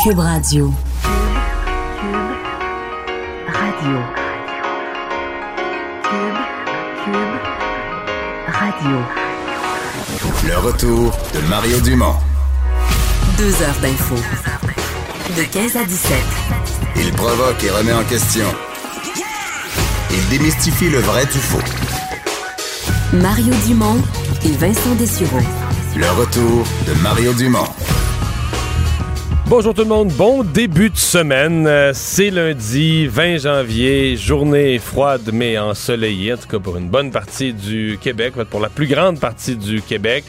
Cube Radio. Radio. Cube Radio. Le retour de Mario Dumont. 2 heures d'info. De 15 à 17. Il provoque et remet en question. Il démystifie le vrai du faux. Mario Dumont et Vincent Dessureau. Le retour de Mario Dumont. Bonjour tout le monde, bon début de semaine. C'est lundi 20 janvier, journée froide mais ensoleillée, en tout cas pour une bonne partie du Québec, pour la plus grande partie du Québec.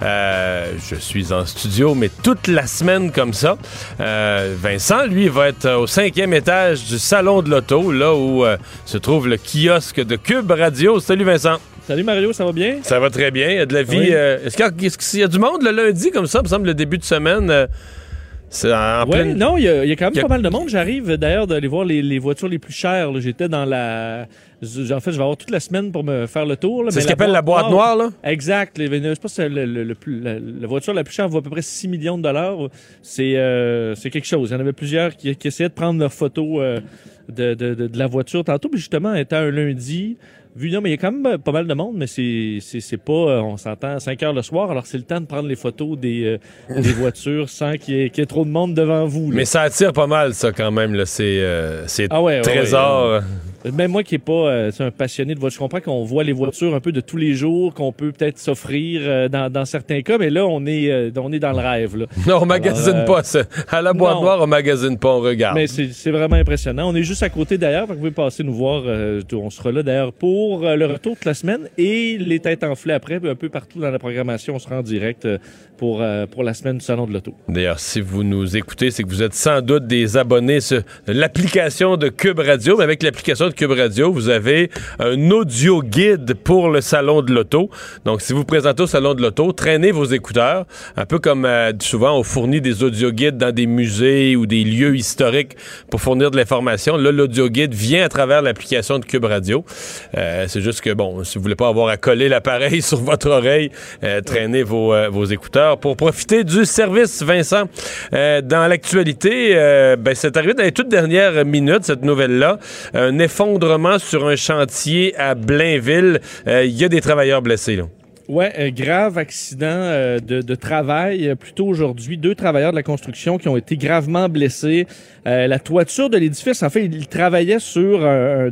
Je suis en studio, mais toute la semaine comme ça. Vincent, lui, va être au 5e étage du Salon de l'Auto, là où se trouve le kiosque de Cube Radio. Salut Vincent. Salut Mario, ça va bien? Ça va très bien, il y a de la vie. Oui. Est-ce qu'il y a du monde le lundi comme ça? Il me semble le début de semaine... C'est en pleine... Non, il y a quand même pas mal de monde. J'arrive d'ailleurs d'aller voir les voitures les plus chères. Là. J'étais dans la... En fait, je vais avoir toute la semaine pour me faire le tour. Là, c'est ce qu'on appelle la boîte noire, là? Exact. Je sais pas si la voiture la plus chère vaut à peu près 6 millions de dollars. C'est quelque chose. Il y en avait plusieurs qui essayaient de prendre leurs photos de la voiture tantôt. Puis justement, étant un lundi... Non, mais il y a quand même pas mal de monde, mais c'est pas, on s'entend, 5 heures le soir, alors c'est le temps de prendre les photos des voitures sans qu'il y ait trop de monde devant vous. Là. Mais ça attire pas mal, ça, quand même, là. C'est trésor. Même moi qui n'ai pas un passionné de voitures, je comprends qu'on voit les voitures un peu de tous les jours, qu'on peut peut-être s'offrir dans certains cas, mais là, on est dans le rêve. Là. Non, on magasine pas ça. À la boîte noire, on magasine pas, on regarde. Mais c'est vraiment impressionnant. On est juste à côté d'ailleurs, vous pouvez passer nous voir. On sera là d'ailleurs pour le retour de la semaine et les têtes enflées après, un peu partout dans la programmation. On sera en direct pour la semaine du Salon de l'Auto. D'ailleurs, si vous nous écoutez, c'est que vous êtes sans doute des abonnés sur l'application de Cube Radio. Mais avec l'application de Cube Radio, vous avez un audio guide pour le Salon de l'Auto. Donc, si vous vous présentez au Salon de l'Auto, traînez vos écouteurs. Un peu comme souvent, on fournit des audio guides dans des musées ou des lieux historiques pour fournir de l'information. Là, l'audio guide vient à travers l'application de Cube Radio. C'est juste que, bon, si vous voulez pas avoir à coller l'appareil sur votre oreille, traînez vos écouteurs pour profiter du service, Vincent. Dans l'actualité, c'est arrivé dans les toutes dernières minutes, cette nouvelle-là. Un effondrement sur un chantier à Blainville. Il y a des travailleurs blessés, là. Ouais, grave accident de travail. Plutôt aujourd'hui, 2 travailleurs de la construction qui ont été gravement blessés. La toiture de l'édifice, en fait, ils travaillaient sur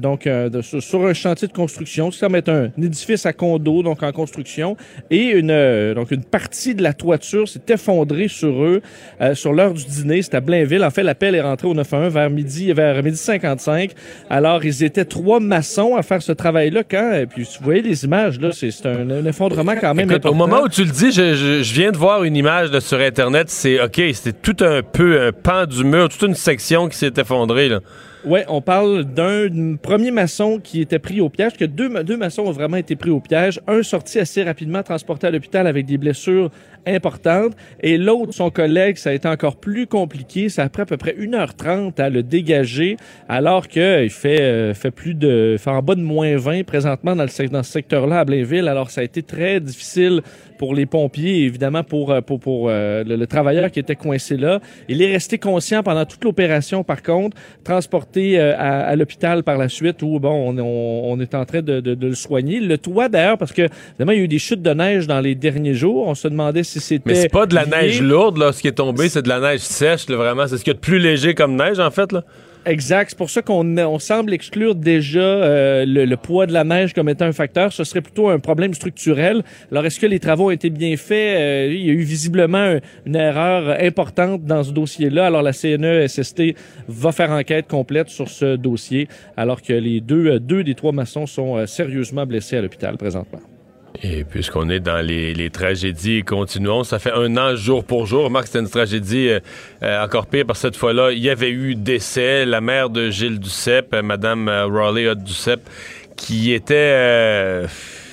un chantier de construction. Ça va être un édifice à condo, donc en construction, et une partie de la toiture s'est effondrée sur eux sur l'heure du dîner. C'était à Blainville. En fait, l'appel est rentré au 911 vers midi 55. Alors, ils étaient 3 maçons à faire ce travail-là. Puis, vous voyez les images là, c'est un effondrement quand même. Écoute, au moment où tu le dis, je viens de voir une image là, sur Internet. C'était tout un peu un pan du mur, toute une section qui s'est effondrée, là. Oui, on parle d'un premier maçon qui était pris au piège, que deux maçons ont vraiment été pris au piège. Un sorti assez rapidement, transporté à l'hôpital avec des blessures importantes. Et l'autre, son collègue, ça a été encore plus compliqué. Ça a pris à peu près 1h30 à le dégager, alors qu'il fait en bas de -20 présentement dans ce secteur-là à Blainville. Alors, ça a été très difficile pour les pompiers, évidemment pour le travailleur qui était coincé là. Il est resté conscient pendant toute l'opération, par contre, transporté à l'hôpital par la suite où, on est en train de le soigner. Le toit, d'ailleurs, parce que, évidemment, il y a eu des chutes de neige dans les derniers jours. On se demandait si c'était... Mais c'est pas de la neige lourde, là, ce qui est tombé, c'est de la neige sèche, là, vraiment. C'est ce qu'il y a de plus léger comme neige, en fait, là. Exact. C'est pour ça qu'on semble exclure déjà le poids de la neige comme étant un facteur. Ce serait plutôt un problème structurel. Alors, est-ce que les travaux ont été bien faits? Il y a eu visiblement une erreur importante dans ce dossier-là. Alors, la CNESST va faire enquête complète sur ce dossier, alors que les deux des 3 maçons sont sérieusement blessés à l'hôpital présentement. Et puisqu'on est dans les tragédies, continuons. Ça fait 1 an, jour pour jour. Remarque, c'était une tragédie encore pire, parce que cette fois-là, il y avait eu décès. La mère de Gilles Duceppe, Madame Raleigh Duceppe, qui était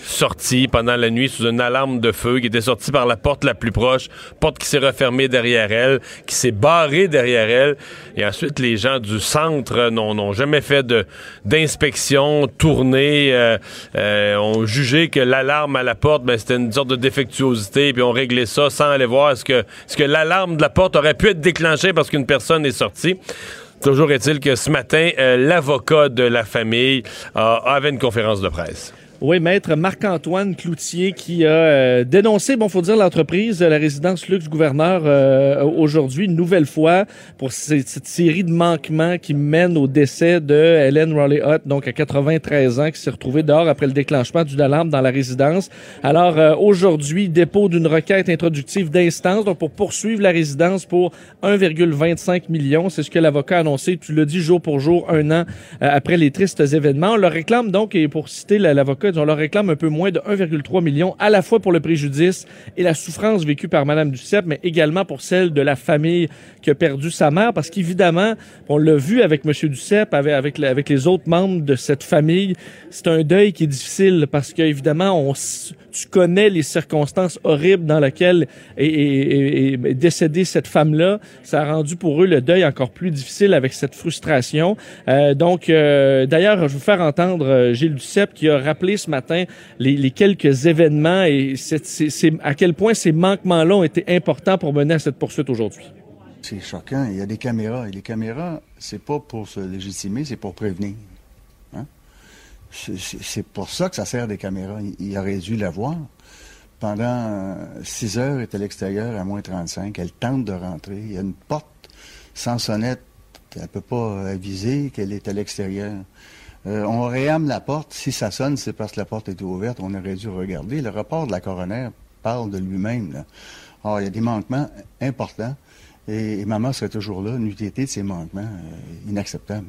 sorti pendant la nuit sous une alarme de feu, qui était sortie par la porte la plus proche, porte qui s'est refermée derrière elle, qui s'est barrée derrière elle. Et ensuite, les gens du centre n'ont jamais fait d'inspection, tournée, ont jugé que l'alarme à la porte, c'était une sorte de défectuosité, puis ont réglé ça sans aller voir est-ce que l'alarme de la porte aurait pu être déclenchée parce qu'une personne est sortie. Toujours est-il que ce matin, l'avocat de la famille avait une conférence de presse. Oui, maître Marc-Antoine Cloutier qui a dénoncé, faut dire l'entreprise, la résidence Luxe Gouverneur aujourd'hui, une nouvelle fois, pour cette série de manquements qui mènent au décès de Helen Raleigh-Hutt, donc à 93 ans, qui s'est retrouvée dehors après le déclenchement d'une alarme dans la résidence. Alors, aujourd'hui, dépôt d'une requête introductive d'instance, donc pour poursuivre la résidence pour 1,25 million. C'est ce que l'avocat a annoncé, tu l'as dit, jour pour jour, un an après les tristes événements. On leur réclame donc, et pour citer l'avocat, on leur réclame un peu moins de 1,3 million, à la fois pour le préjudice et la souffrance vécue par Mme Duceppe, mais également pour celle de la famille qui a perdu sa mère, parce qu'évidemment, on l'a vu avec M. Duceppe, avec les autres membres de cette famille, c'est un deuil qui est difficile, parce qu'évidemment, tu connais les circonstances horribles dans lesquelles est décédée cette femme-là. Ça a rendu pour eux le deuil encore plus difficile avec cette frustration. D'ailleurs, je vais vous faire entendre Gilles Duceppe qui a rappelé ce matin les quelques événements et c'est à quel point ces manquements-là ont été importants pour mener à cette poursuite aujourd'hui. C'est choquant. Il y a des caméras. Et les caméras, c'est pas pour se légitimer, c'est pour prévenir. Hein? C'est pour ça que ça sert des caméras. Il aurait dû l'avoir. Pendant 6 heures, elle est à l'extérieur à moins 35. Elle tente de rentrer. Il y a une porte sans sonnette. Elle ne peut pas aviser qu'elle est à l'extérieur. On réame la porte. Si ça sonne, c'est parce que la porte était ouverte. On aurait dû regarder. Le rapport de la coroner parle de lui-même. Là. Alors, il y a des manquements importants. Et maman serait toujours là, n'eût été de ces manquements inacceptables.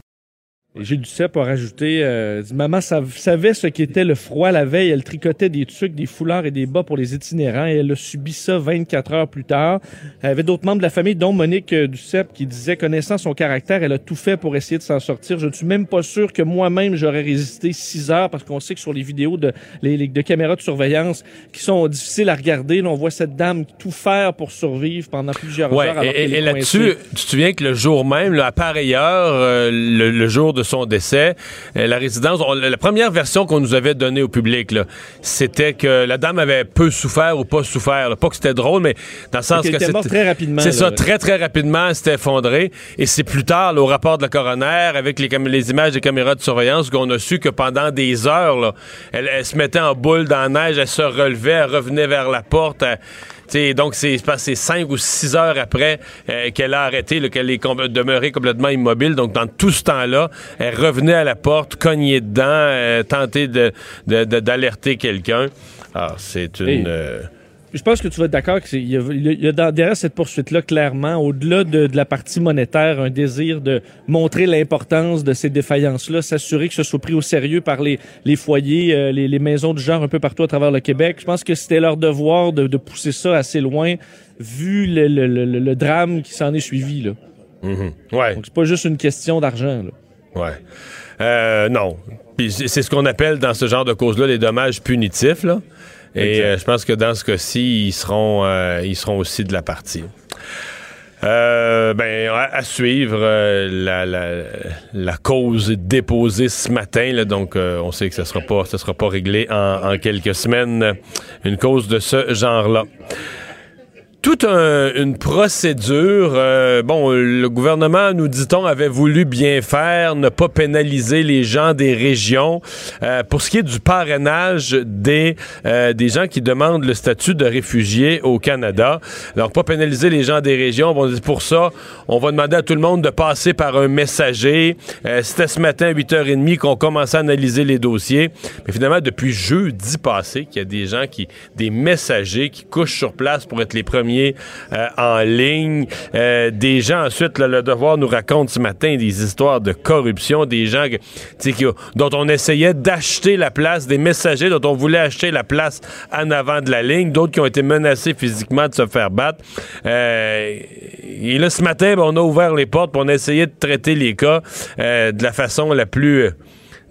Et Gilles Duceppe a rajouté maman savait ce qu'était le froid la veille. Elle tricotait des tuques, des foulards et des bas pour les itinérants et elle a subi ça 24 heures plus tard. Il y avait d'autres membres de la famille, dont Monique Duceppe, qui disait, connaissant son caractère, elle a tout fait pour essayer de s'en sortir. Je ne suis même pas sûr que moi-même j'aurais résisté 6 heures, parce qu'on sait que sur les vidéos de caméras de surveillance qui sont difficiles à regarder, là, on voit cette dame tout faire pour survivre pendant plusieurs heures. Et là-dessus, tu te souviens que le jour même, là, à pareille heure, le jour de son décès, la résidence, la première version qu'on nous avait donnée au public, là, c'était que la dame avait peu souffert ou pas souffert. Là. Pas que c'était drôle, mais dans le sens que c'était mort très rapidement. C'est ça, très très rapidement, elle s'était effondrée. Et c'est plus tard, là, au rapport de la coroner, avec les images des caméras de surveillance, qu'on a su que pendant des heures, là, elle se mettait en boule dans la neige, elle se relevait, elle revenait vers la porte. Donc, c'est 5 ou 6 heures après qu'elle a arrêté, là, qu'elle est demeurée complètement immobile. Donc, dans tout ce temps-là, elle revenait à la porte, cognait dedans, tentait d'alerter quelqu'un. Alors, c'est une... Je pense que tu vas être d'accord qu'il y a derrière cette poursuite-là, clairement, au-delà de la partie monétaire, un désir de montrer l'importance de ces défaillances-là, s'assurer que ce soit pris au sérieux par les foyers, les maisons du genre un peu partout à travers le Québec. Je pense que c'était leur devoir de pousser ça assez loin, vu le drame qui s'en est suivi, là. Mm-hmm. Ouais. Donc, c'est pas juste une question d'argent, là. Ouais. Non. Puis c'est ce qu'on appelle dans ce genre de cause-là les dommages punitifs, là. Et je pense que dans ce cas-ci, ils seront aussi de la partie. À suivre la cause déposée ce matin, là, donc on sait que ça sera pas réglé en quelques semaines, une cause de ce genre-là. Toute une procédure. Le gouvernement, nous dit-on, avait voulu bien faire, ne pas pénaliser les gens des régions. Pour ce qui est du parrainage des gens qui demandent le statut de réfugié au Canada, alors pas pénaliser les gens des régions. Bon, pour ça, on va demander à tout le monde de passer par un messager. C'était ce matin à 8h30 qu'on commençait à analyser les dossiers. Mais finalement, depuis jeudi passé, qu'il y a des messagers qui couchent sur place pour être les premiers en ligne. Des gens, ensuite, là, le Devoir nous raconte ce matin des histoires de corruption, des gens dont on essayait d'acheter la place, des messagers dont on voulait acheter la place en avant de la ligne, d'autres qui ont été menacés physiquement de se faire battre. Et là, ce matin, on a ouvert les portes pour on a essayé de traiter les cas de la façon la plus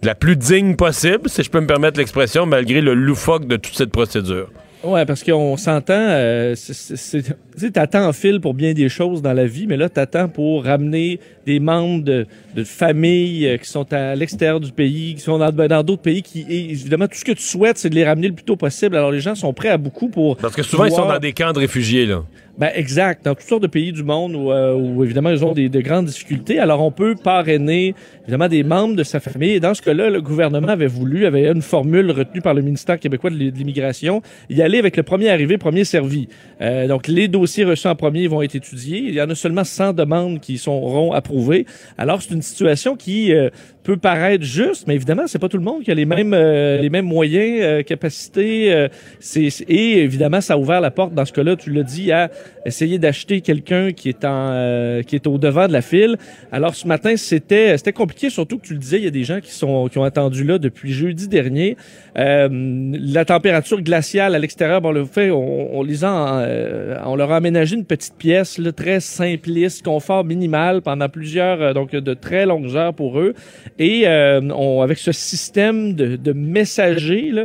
la plus digne possible, si je peux me permettre l'expression, malgré le loufoque de toute cette procédure. Ouais, parce qu'on s'entend, tu sais, t'attends en file pour bien des choses dans la vie, mais là, t'attends pour ramener des membres de familles qui sont à l'extérieur du pays, qui sont dans d'autres pays, évidemment, tout ce que tu souhaites, c'est de les ramener le plus tôt possible. Alors, les gens sont prêts à beaucoup pour... Parce que souvent, ils sont dans des camps de réfugiés, là. Ben exact, dans toutes sortes de pays du monde où évidemment ils ont de grandes difficultés. Alors on peut parrainer évidemment des membres de sa famille. Et dans ce cas-là, le gouvernement avait une formule retenue par le ministère québécois de l'immigration, y aller avec le premier arrivé, premier servi. Donc les dossiers reçus en premier vont être étudiés. Il y en a seulement 100 demandes qui seront approuvées. Alors c'est une situation qui peut paraître juste, mais évidemment c'est pas tout le monde qui a les mêmes moyens, capacités. Et évidemment ça a ouvert la porte dans ce cas-là, tu l'as dit, à essayer d'acheter quelqu'un qui est au devant de la file. Alors ce matin, c'était compliqué, surtout que tu le disais, il y a des gens qui ont attendu là depuis jeudi dernier. La température glaciale à l'extérieur, on leur a aménagé une petite pièce là, très simpliste, confort minimal pendant plusieurs donc de très longues heures pour eux. Et avec ce système de messagers là,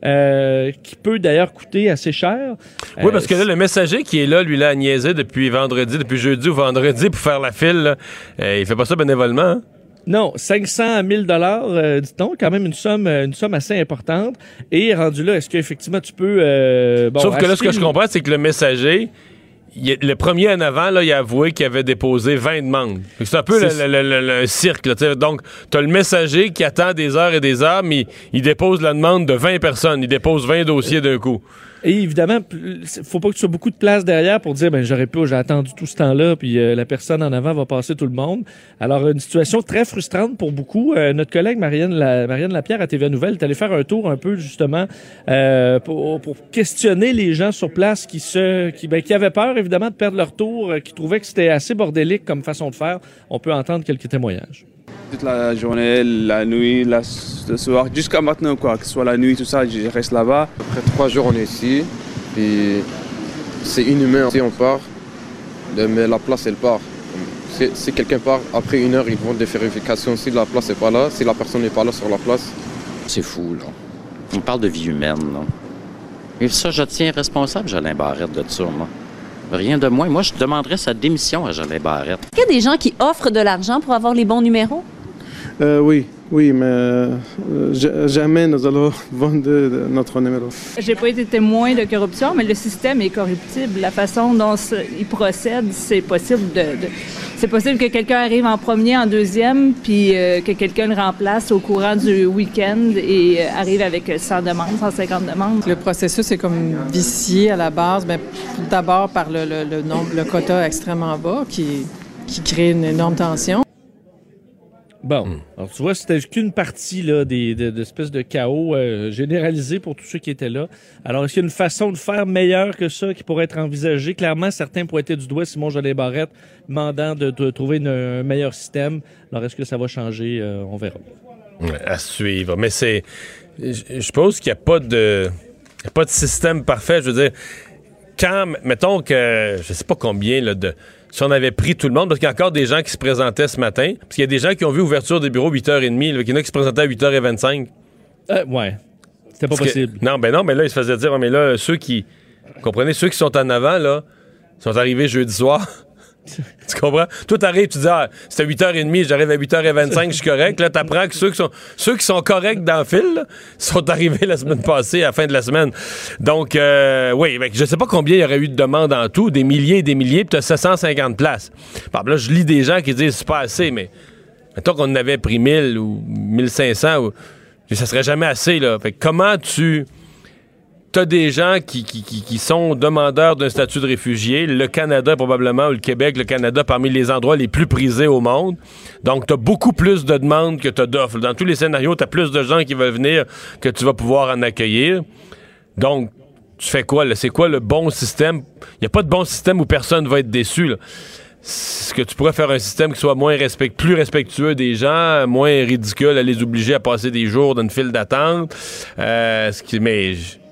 qui peut d'ailleurs coûter assez cher. Oui, parce que là, le messager qui est là, lui, là, à niaiser depuis jeudi ou vendredi pour faire la file, là, il fait pas ça bénévolement, hein? Non, 500 à 1000 $, dit-on, quand même une somme assez importante. Et rendu là, est-ce qu'effectivement tu peux... Sauf que là, ce que je comprends, c'est que le messager... le premier en avant, là, il a avoué qu'il avait déposé 20 demandes. C'est un peu le cirque. Là, donc, tu as le messager qui attend des heures et des heures, mais il dépose la demande de 20 personnes. Il dépose 20 dossiers d'un coup. Et évidemment, faut pas que tu aies beaucoup de place derrière pour dire, j'ai attendu tout ce temps-là, puis la personne en avant va passer tout le monde. Alors, une situation très frustrante pour beaucoup. Notre collègue Marianne Lapierre à TVA Nouvelle est allée faire un tour un peu, justement, pour questionner les gens sur place qui avaient peur, évidemment, de perdre leur tour, qui trouvaient que c'était assez bordélique comme façon de faire. On peut entendre quelques témoignages. Toute la journée, la nuit, le soir, jusqu'à maintenant, quoi. Que ce soit la nuit, tout ça, je reste là-bas. Après 3 jours, on est ici. Puis c'est inhumain. Si on part, mais la place, elle part. Si quelqu'un part, après 1 heure, ils font des vérifications. Si la place n'est pas là, si la personne n'est pas là sur la place. C'est fou, là. On parle de vie humaine, là. Et ça, je tiens responsable, Jolin Barrette, de ça, moi. Rien de moins. Moi, je demanderais sa démission à Jolin Barrette. Est-ce qu'il y a des gens qui offrent de l'argent pour avoir les bons numéros? Oui, mais jamais nous allons vendre notre numéro. J'ai pas été témoin de corruption, mais le système est corruptible. La façon dont il procède, c'est possible c'est possible que quelqu'un arrive en premier, en deuxième, puis que quelqu'un le remplace au courant du week-end et arrive avec 100 demandes, 150 demandes. Le processus est comme vicié à la base, d'abord par le quota extrêmement bas qui crée une énorme tension. Bon, alors tu vois, c'était qu'une partie là, d'espèces de chaos généralisé pour tous ceux qui étaient là. Alors, est-ce qu'il y a une façon de faire meilleure que ça qui pourrait être envisagée? Clairement, certains pointaient du doigt Simon Jolin Barrette, demandant de trouver un meilleur système. Alors, est-ce que ça va changer? On verra. À suivre. Mais je pense qu'il n'y a pas de système parfait. Je veux dire, mettons que, je sais pas combien, là, si on avait pris tout le monde, parce qu'il y a encore des gens qui se présentaient ce matin, parce qu'il y a des gens qui ont vu ouverture des bureaux 8h30, là, il y en a qui se présentaient à 8h25. Ouais. C'était pas possible. Non, mais là, ils se faisaient dire, mais là, ceux qui sont en avant, là, sont arrivés jeudi soir. Tu comprends? Toi, t'arrives, tu dis, c'est à 8h30, j'arrive à 8h25, je suis correct. Là, t'apprends que ceux qui sont corrects dans le fil, là, sont arrivés la semaine passée, à la fin de la semaine. Donc, oui, je sais pas combien il y aurait eu de demandes en tout, des milliers et des milliers, puis t'as 750 places. Bon, là, je lis des gens qui disent, c'est pas assez, mais mettons qu'on en avait pris 1000 ou 1500, ça serait jamais assez, là. Fait que comment t'as des gens qui sont demandeurs d'un statut de réfugié. Le Canada, probablement, ou le Québec, le Canada, parmi les endroits les plus prisés au monde. Donc, t'as beaucoup plus de demandes que t'as d'offres. Dans tous les scénarios, t'as plus de gens qui veulent venir que tu vas pouvoir en accueillir. Donc, tu fais quoi, là? C'est quoi le bon système? Il n'y a pas de bon système où personne va être déçu, là. Est-ce que tu pourrais faire un système qui soit plus respectueux des gens, moins ridicule à les obliger à passer des jours dans une file d'attente? Mais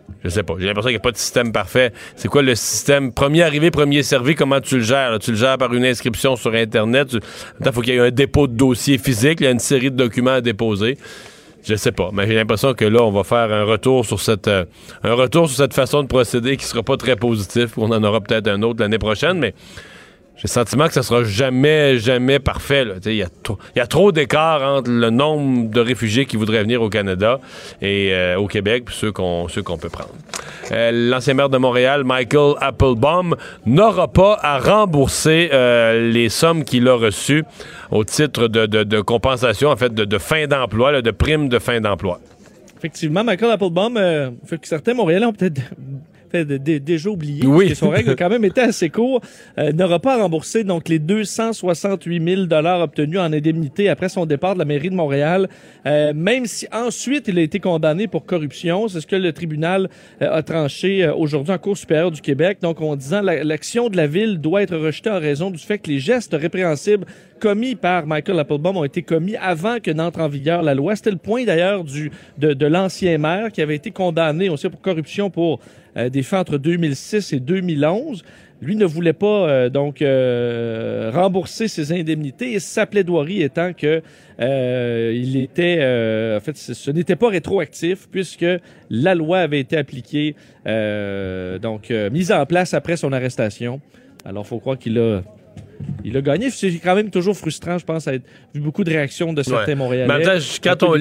Je sais pas. J'ai l'impression qu'il n'y a pas de système parfait. C'est quoi le système? Premier arrivé, premier servi, comment tu le gères? Là? Tu le gères par une inscription sur Internet. Il faut qu'il y ait un dépôt de dossier physique. Il y a une série de documents à déposer. Je sais pas. Mais j'ai l'impression que là, on va faire un retour sur cette façon de procéder qui sera pas très positif. On en aura peut-être un autre l'année prochaine, mais j'ai le sentiment que ça sera jamais parfait. Il y a trop d'écart entre le nombre de réfugiés qui voudraient venir au Canada et au Québec, puis ceux qu'on peut prendre. L'ancien maire de Montréal, Michael Applebaum, n'aura pas à rembourser les sommes qu'il a reçues au titre de compensation, en fait, de fin d'emploi, là, de prime de fin d'emploi. Effectivement, Michael Applebaum, fait que certains Montréalais ont peut-être déjà oublié, oui. parce que son règle a quand même été assez court, n'aura pas à rembourser donc les 268 000 $ obtenus en indemnité après son départ de la mairie de Montréal, même si ensuite il a été condamné pour corruption. C'est ce que le tribunal a tranché aujourd'hui en Cour supérieure du Québec, donc en disant l'action de la ville doit être rejetée en raison du fait que les gestes répréhensibles commis par Michael Applebaum ont été commis avant que n'entre en vigueur la loi. C'était le point d'ailleurs de l'ancien maire qui avait été condamné aussi pour corruption pour des faits entre 2006 et 2011. Lui ne voulait pas rembourser ses indemnités et sa plaidoirie étant que il était en fait ce n'était pas rétroactif puisque la loi avait été appliquée mise en place après son arrestation. Alors faut croire qu'il a gagné. C'est quand même toujours frustrant, je pense, à être vu beaucoup de réactions de certains Montréalais. Mais en même temps, quand on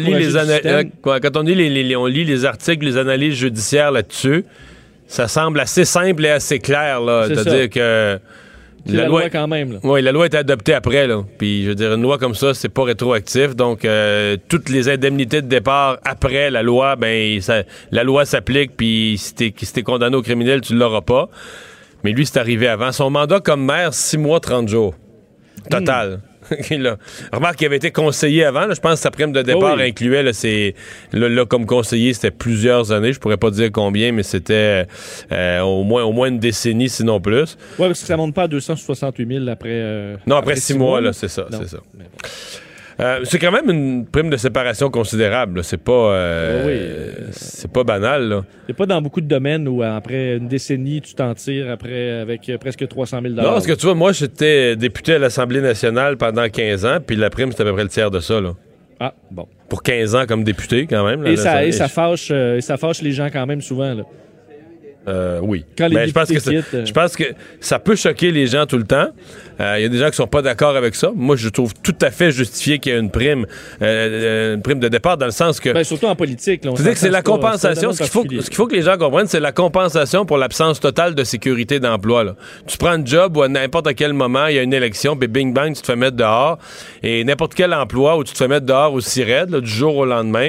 lit les articles, les analyses judiciaires là-dessus, ça semble assez simple et assez clair, là. C'est-à-dire que la loi quand même. Oui, la loi est adoptée après, là. Puis, je veux dire, une loi comme ça, c'est pas rétroactif. Donc, toutes les indemnités de départ après la loi, la loi s'applique. Puis, si t'es condamné au criminel, tu l'auras pas. Mais lui, c'est arrivé avant. Son mandat comme maire, 6 mois, 30 jours. Total. Remarque qu'il avait été conseiller avant. Là, je pense que sa prime de départ incluait, là, comme conseiller, c'était plusieurs années. Je pourrais pas dire combien, mais c'était au moins une décennie, sinon plus. Oui, parce que ça monte pas à 268 000 après... non, après 6 mois, là, c'est ça. C'est ça. C'est quand même une prime de séparation considérable. Là. C'est pas c'est pas banal. Là. C'est pas dans beaucoup de domaines où après une décennie, tu t'en tires avec presque 300 000 $. Non, parce que tu vois, moi, j'étais député à l'Assemblée nationale pendant 15 ans, puis la prime, c'était à peu près le tiers de ça. Là. Ah, bon. Pour 15 ans comme député, quand même. Là, ça fâche les gens quand même souvent, là. Oui. Mais je pense que ça peut choquer les gens tout le temps. Il y a des gens qui sont pas d'accord avec ça. Moi, je trouve tout à fait justifié qu'il y ait une prime de départ dans le sens que... surtout en politique. C'est-à-dire que c'est la compensation. Ce qu'il faut que les gens comprennent, c'est la compensation pour l'absence totale de sécurité d'emploi. Là. Tu prends un job où à n'importe quel moment, il y a une élection, puis bing bang, tu te fais mettre dehors. Et n'importe quel emploi où tu te fais mettre dehors aussi raide, là, du jour au lendemain,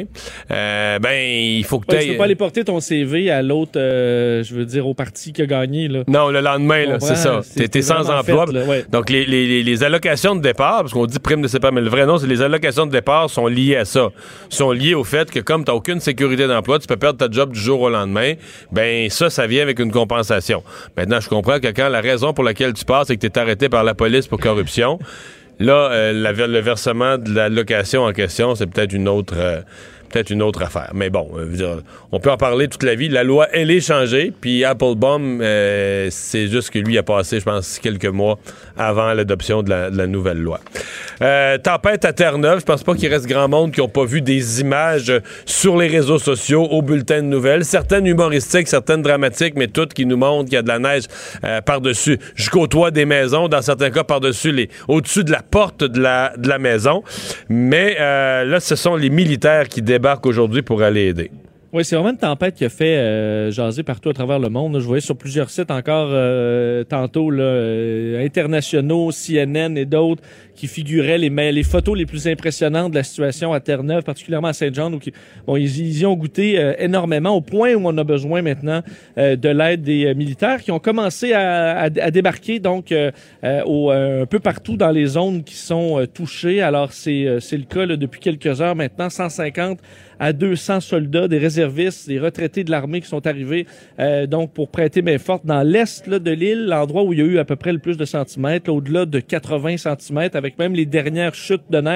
il faut que tu tu peux pas aller porter ton CV à l'autre... je veux dire, au parti qui a gagné. Là. Non, le lendemain, là, c'est ça. T'es sans emploi. Donc, les allocations de départ, parce qu'on dit prime de séparation, mais le vrai nom, c'est les allocations de départ sont liées à ça. Sont liées au fait que comme t'as aucune sécurité d'emploi, tu peux perdre ta job du jour au lendemain. Ça vient avec une compensation. Maintenant, je comprends que quand la raison pour laquelle tu pars, c'est que t'es arrêté par la police pour corruption, là, le versement de l'allocation en question, c'est peut-être une autre affaire. Mais bon, on peut en parler toute la vie. La loi, elle est changée. Puis Applebaum, c'est juste que lui a passé, je pense, quelques mois avant l'adoption de la nouvelle loi. Tempête à Terre-Neuve. Je pense pas qu'il reste grand monde qui n'ont pas vu des images sur les réseaux sociaux, au bulletin de nouvelles. Certaines humoristiques, certaines dramatiques, mais toutes qui nous montrent qu'il y a de la neige par-dessus, jusqu'au toit des maisons, dans certains cas par-dessus, au-dessus de la porte de la maison. Mais là, ce sont les militaires qui débarquent aujourd'hui pour aller aider. Oui, c'est vraiment une tempête qui a fait jaser partout à travers le monde. Je voyais sur plusieurs sites encore tantôt internationaux, CNN et d'autres qui figuraient les photos les plus impressionnantes de la situation à Terre-Neuve, particulièrement à Saint-Jean, où ils y ont goûté énormément, au point où on a besoin maintenant de l'aide des militaires qui ont commencé à débarquer donc un peu partout dans les zones qui sont touchées. Alors c'est le cas là, depuis quelques heures maintenant, 150 à 200 soldats, des réservistes, des retraités de l'armée qui sont arrivés donc pour prêter main forte dans l'est là, de l'île, l'endroit où il y a eu à peu près le plus de centimètres, là, au-delà de 80 centimètres, avec même les dernières chutes de neige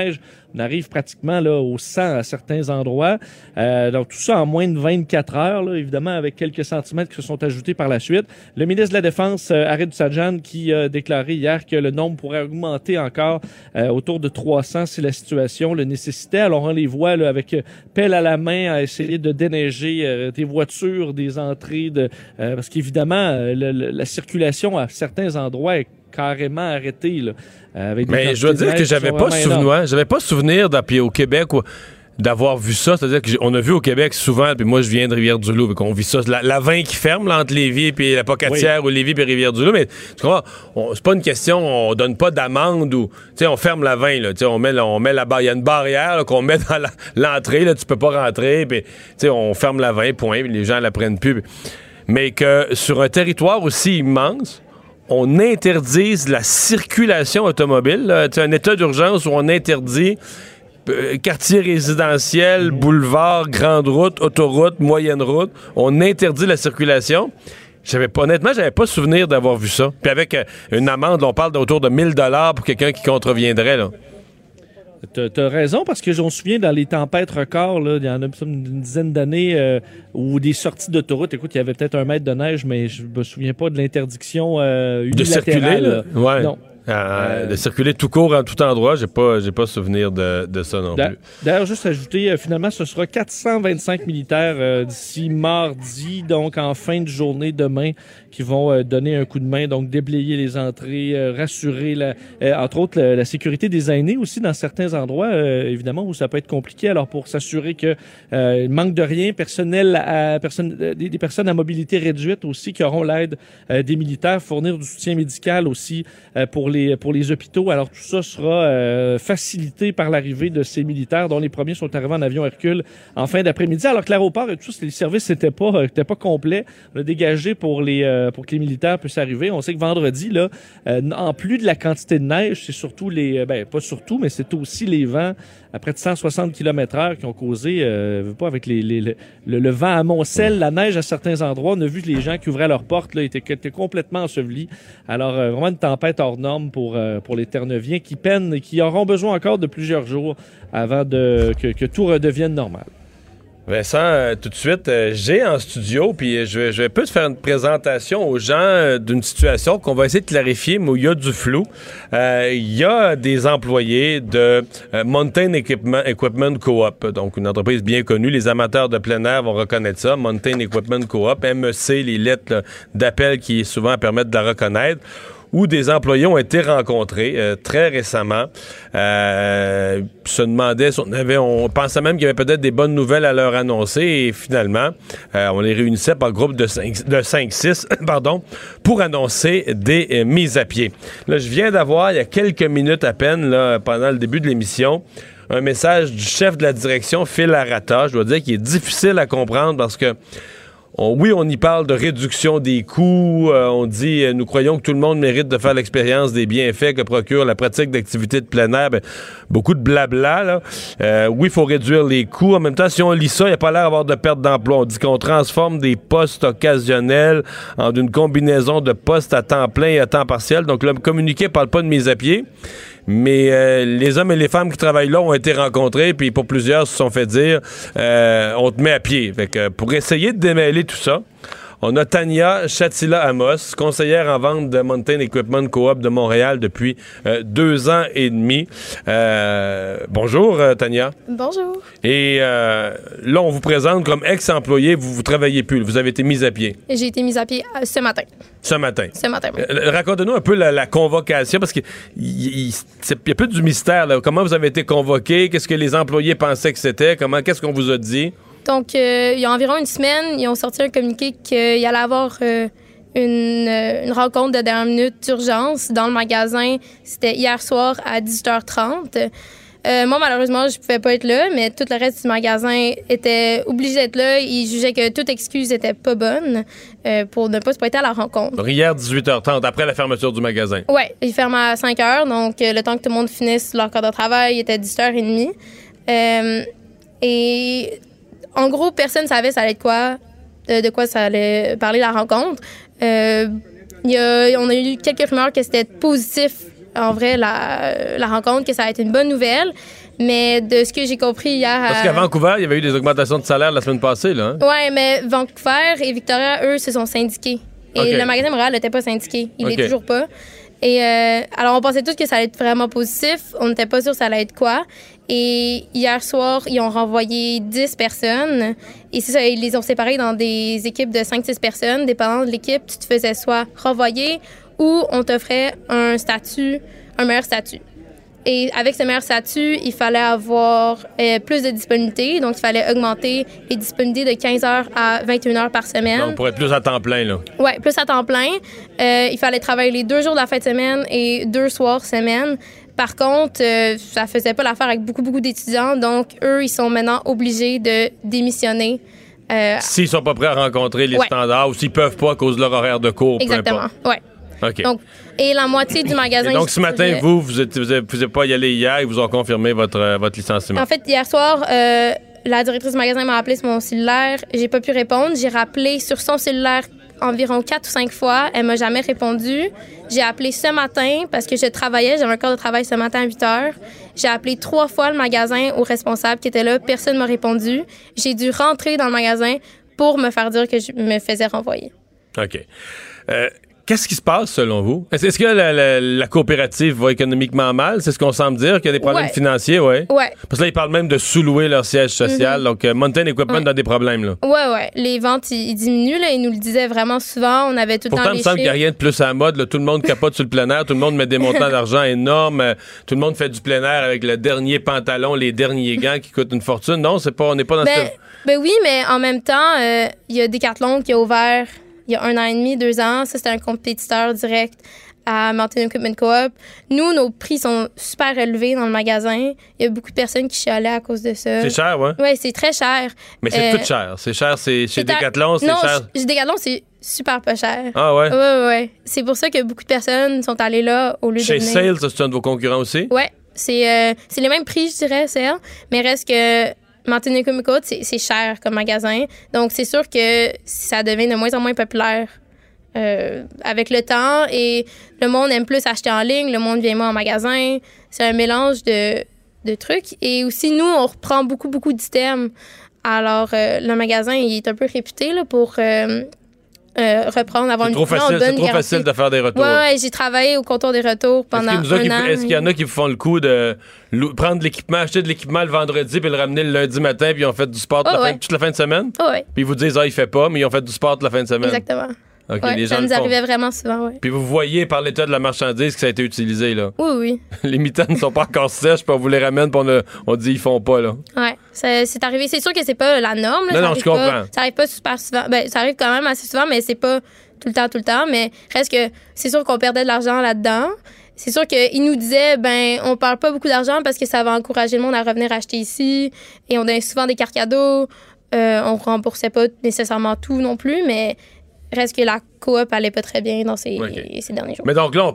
On arrive pratiquement là, au 100 à certains endroits. Donc, tout ça en moins de 24 heures, là, évidemment, avec quelques centimètres qui se sont ajoutés par la suite. Le ministre de la Défense, Arif Sajjan, qui a déclaré hier que le nombre pourrait augmenter encore autour de 300 si la situation le nécessitait. Alors, on les voit là, avec pelle à la main à essayer de déneiger des voitures, des entrées, parce qu'évidemment, la circulation à certains endroits est carrément arrêtée. Là, mais je dois dire que j'avais pas souvenir puis au Québec d'avoir vu ça. C'est-à-dire qu'on a vu au Québec souvent, puis moi je viens de Rivière-du-Loup, qu'on vit ça, la 20 qui ferme là, entre Lévis et la Pocatière, ou Lévis et Rivière-du-Loup, mais tu comprends, c'est pas une question, on donne pas d'amende ou, tu sais, on ferme la 20, là, tu sais, on met il y a une barrière là, qu'on met dans l'entrée, là, tu peux pas rentrer, puis tu sais, on ferme la 20, point, puis les gens la prennent plus. Mais que sur un territoire aussi immense, on interdise la circulation automobile, là, un état d'urgence où on interdit quartier résidentiel, boulevard, grande route, autoroute, moyenne route, on interdit la circulation. Honnêtement, j'avais pas souvenir d'avoir vu ça. Puis avec une amende, on parle d'autour de 1 000 $ pour quelqu'un qui contreviendrait, là. T'as raison, parce que je me souviens dans les tempêtes records, là, il y en a une dizaine d'années, où des sorties d'autoroute, écoute, il y avait peut-être 1 mètre de neige, mais je me souviens pas de l'interdiction unilatérale. De circuler, là? Ouais. Non. De circuler tout court en tout endroit, j'ai pas souvenir de ça non plus. D'ailleurs, juste ajouter, finalement, ce sera 425 militaires d'ici mardi, donc en fin de journée demain, qui vont donner un coup de main, donc déblayer les entrées, rassurer, entre autres, la sécurité des aînés aussi dans certains endroits, évidemment, où ça peut être compliqué. Alors, pour s'assurer que il manque de rien, des personnes à mobilité réduite aussi qui auront l'aide des militaires, fournir du soutien médical aussi pour les hôpitaux. Alors, tout ça sera facilité par l'arrivée de ces militaires, dont les premiers sont arrivés en avion Hercule en fin d'après-midi, alors que l'aéroport et tout ça, les services n'étaient pas complets. On a dégagé pour que les militaires puissent arriver. On sait que vendredi, là, en plus de la quantité de neige, c'est surtout pas surtout, mais c'est aussi les vents à près de 160 km/h qui ont causé, pas avec le vent à Montcel, la neige à certains endroits. On a vu que les gens qui ouvraient leurs portes là, étaient complètement ensevelis. Alors, vraiment une tempête hors norme pour les Terre-Neuviens qui peinent et qui auront besoin encore de plusieurs jours avant que tout redevienne normal. Vincent, tout de suite, j'ai en studio, puis je vais peut-être faire une présentation aux gens d'une situation qu'on va essayer de clarifier, mais où il y a du flou. Il y a des employés de Mountain Equipment Co-op, donc une entreprise bien connue. Les amateurs de plein air vont reconnaître ça. Mountain Equipment Co-op, MEC, les lettres là, d'appel qui souvent permettent de la reconnaître, où des employés ont été rencontrés très récemment. Se demandaient si on pensait même qu'il y avait peut-être des bonnes nouvelles à leur annoncer, et finalement, on les réunissait par groupe de 5-6 pour annoncer des mises à pied. Là, je viens d'avoir, il y a quelques minutes à peine, là, pendant le début de l'émission, un message du chef de la direction, Phil Arata. Je dois dire qu'il est difficile à comprendre parce que on y parle de réduction des coûts. On dit, nous croyons que tout le monde mérite de faire l'expérience des bienfaits que procure la pratique d'activités de plein air. Beaucoup de blabla, là. Oui, il faut réduire les coûts. En même temps, si on lit ça, il n'y a pas l'air d'avoir de perte d'emploi. On dit qu'on transforme des postes occasionnels en une combinaison de postes à temps plein et à temps partiel. Donc, le communiqué ne parle pas de mise à pied. Mais les hommes et les femmes qui travaillent là ont été rencontrés, puis pour plusieurs se sont fait dire on te met à pied. Fait que pour essayer de démêler tout ça, on a Tania Chatila-Amos, conseillère en vente de Mountain Equipment Co-op de Montréal depuis 2 ans et demi. Bonjour, Tania. Bonjour. Et là, on vous présente comme ex-employé, vous travaillez plus, vous avez été mise à pied. J'ai été mise à pied ce matin. Ce matin. Oui. Racontez-nous un peu la convocation, parce qu'il y a peu du mystère, là. Comment vous avez été convoqué? Qu'est-ce que les employés pensaient que c'était? Qu'est-ce qu'on vous a dit? Donc, il y a environ une semaine, ils ont sorti un communiqué qu'il allait avoir une rencontre de dernière minute d'urgence dans le magasin. C'était hier soir à 18h30. Moi, malheureusement, je pouvais pas être là, mais tout le reste du magasin était obligé d'être là. Ils jugeaient que toute excuse était pas bonne pour ne pas se pointer à la rencontre. Donc, hier, 18h30, après la fermeture du magasin. Oui, ils ferment à 5h, donc le temps que tout le monde finisse leur quart de travail, il était 18h30. Et en gros, personne ne savait ça allait être quoi, de quoi ça allait parler la rencontre. On a eu quelques rumeurs que c'était positif, en vrai, la rencontre, que ça allait être une bonne nouvelle. Mais de ce que j'ai compris hier... Parce qu'à Vancouver, il y avait eu des augmentations de salaire la semaine passée, là. Hein? Oui, mais Vancouver et Victoria, eux, se sont syndiqués. Et le magasin Montréal n'était pas syndiqué. Il l'est toujours pas. Et alors, on pensait tous que ça allait être vraiment positif. On n'était pas sûr ça allait être quoi. Et hier soir, ils ont renvoyé 10 personnes. Et c'est ça, ils les ont séparés dans des équipes de 5-6 personnes. Dépendant de l'équipe, tu te faisais soit renvoyer ou on t'offrait un meilleur statut. Et avec ce meilleur statut, il fallait avoir plus de disponibilité. Donc, il fallait augmenter les disponibilités de 15 heures à 21 heures par semaine. Donc, pour être plus à temps plein, là. Oui, plus à temps plein. Il fallait travailler les 2 jours de la fin de semaine et 2 soirs semaine. Par contre, ça faisait pas l'affaire avec beaucoup d'étudiants. Donc, eux, ils sont maintenant obligés de démissionner. S'ils sont pas prêts à rencontrer les standards ou s'ils peuvent pas à cause de leur horaire de cours, exactement, peu importe. Oui. OK. Donc, et la moitié du magasin... Et donc, ce matin, vous n'êtes pas y aller hier, ils vous ont confirmé votre licenciement. En fait, hier soir, la directrice du magasin m'a appelé sur mon cellulaire. J'ai pas pu répondre. J'ai rappelé sur son cellulaire environ 4 ou 5 fois. Elle m'a jamais répondu. J'ai appelé ce matin parce que je travaillais. J'avais un quart de travail ce matin à 8 heures. J'ai appelé 3 fois le magasin au responsable qui était là. Personne ne m'a répondu. J'ai dû rentrer dans le magasin pour me faire dire que je me faisais renvoyer. OK. Qu'est-ce qui se passe selon vous? Est-ce que la coopérative va économiquement mal? C'est ce qu'on semble dire, qu'il y a des problèmes financiers, oui? Oui. Parce que là, ils parlent même de sous-louer leur siège social. Donc, Mountain Equipment a des problèmes, là. Oui. Les ventes, ils diminuent, là. Ils nous le disaient vraiment souvent. On avait tout le temps Pourtant, il me semble qu'il n'y a rien de plus à la mode. Là. Tout le monde capote sur le plein air. Tout le monde met des montants d'argent énormes. Tout le monde fait du plein air avec le dernier pantalon, les derniers gants qui coûtent une fortune. Non, on n'est pas dans cette... Ben oui, mais en même temps, il y a Decathlon qui a ouvert... Il y a 1 an et demi, 2 ans, ça, c'était un compétiteur direct à Mountain Equipment Co-op. Nous, nos prix sont super élevés dans le magasin. Il y a beaucoup de personnes qui chialaient à cause de ça. C'est cher, oui? Oui, c'est très cher. Mais c'est tout cher. C'est cher, c'est chez Decathlon, c'est non, cher? Chez Decathlon, c'est super pas cher. Ah ouais? Oui. C'est pour ça que beaucoup de personnes sont allées là au lieu chez de venir. Sales, ça, c'est un de vos concurrents aussi? Oui, c'est les mêmes prix, je dirais, Sales. Mais reste que... Mountain Equipment Co-op, c'est cher comme magasin. Donc, c'est sûr que ça devient de moins en moins populaire avec le temps. Et le monde aime plus acheter en ligne. Le monde vient moins en magasin. C'est un mélange de trucs. Et aussi, nous, on reprend beaucoup d'items. Alors, le magasin, il est un peu réputé là, pour... reprendre, avoir une bonne garantie. C'est trop facile de faire des retours. Oui, j'ai travaillé au comptoir des retours pendant un an. Est-ce qu'il y en a qui vous font le coup de prendre de l'équipement, acheter de l'équipement le vendredi puis le ramener le lundi matin puis ils ont fait du sport toute la fin de semaine? Oui. Puis ils vous disent, il fait pas, mais ils ont fait du sport toute la fin de semaine. Exactement. Okay, les gens ça nous arrivait vraiment souvent, oui. Puis vous voyez par l'état de la marchandise que ça a été utilisé, là. Oui. Les mitaines ne sont pas encore sèches, puis on vous les ramène, puis on dit ils font pas, là. Oui, c'est arrivé. C'est sûr que c'est pas la norme. Là, non, je comprends. Ça arrive pas super souvent. Ben, ça arrive quand même assez souvent, mais c'est pas tout le temps. Mais reste que c'est sûr qu'on perdait de l'argent là-dedans. C'est sûr qu'ils nous disaient, on perd pas beaucoup d'argent parce que ça va encourager le monde à revenir acheter ici. Et on donnait souvent des cartes cadeaux. On remboursait pas nécessairement tout non plus, mais reste que la coop allait pas très bien dans ces derniers jours. Mais donc là,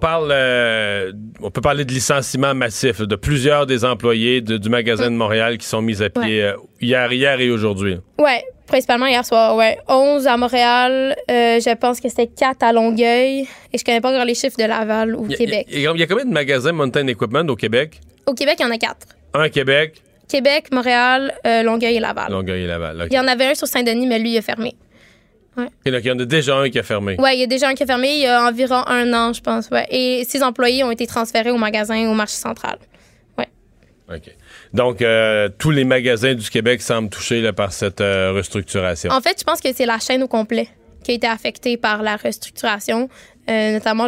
on peut parler de licenciement massif de plusieurs des employés du magasin de Montréal qui sont mis à pied hier et aujourd'hui. Oui, principalement hier soir, 11 à Montréal, je pense que c'était 4 à Longueuil, et je connais pas encore les chiffres de Laval ou Québec. Il y a combien de magasins Mountain Equipment au Québec? Au Québec, il y en a 4. Un à Québec? Québec, Montréal, Longueuil et Laval. Longueuil et Laval, OK. Il y en avait un sur Saint-Denis, mais lui, il a fermé. Ouais. Et donc, il y en a déjà un qui a fermé. Oui, il y a déjà un qui a fermé il y a environ 1 an, je pense. Ouais. Et ses employés ont été transférés au magasin au marché central. Ouais. OK. Donc, tous les magasins du Québec semblent touchés là, par cette restructuration. En fait, je pense que c'est la chaîne au complet qui a été affectée par la restructuration, notamment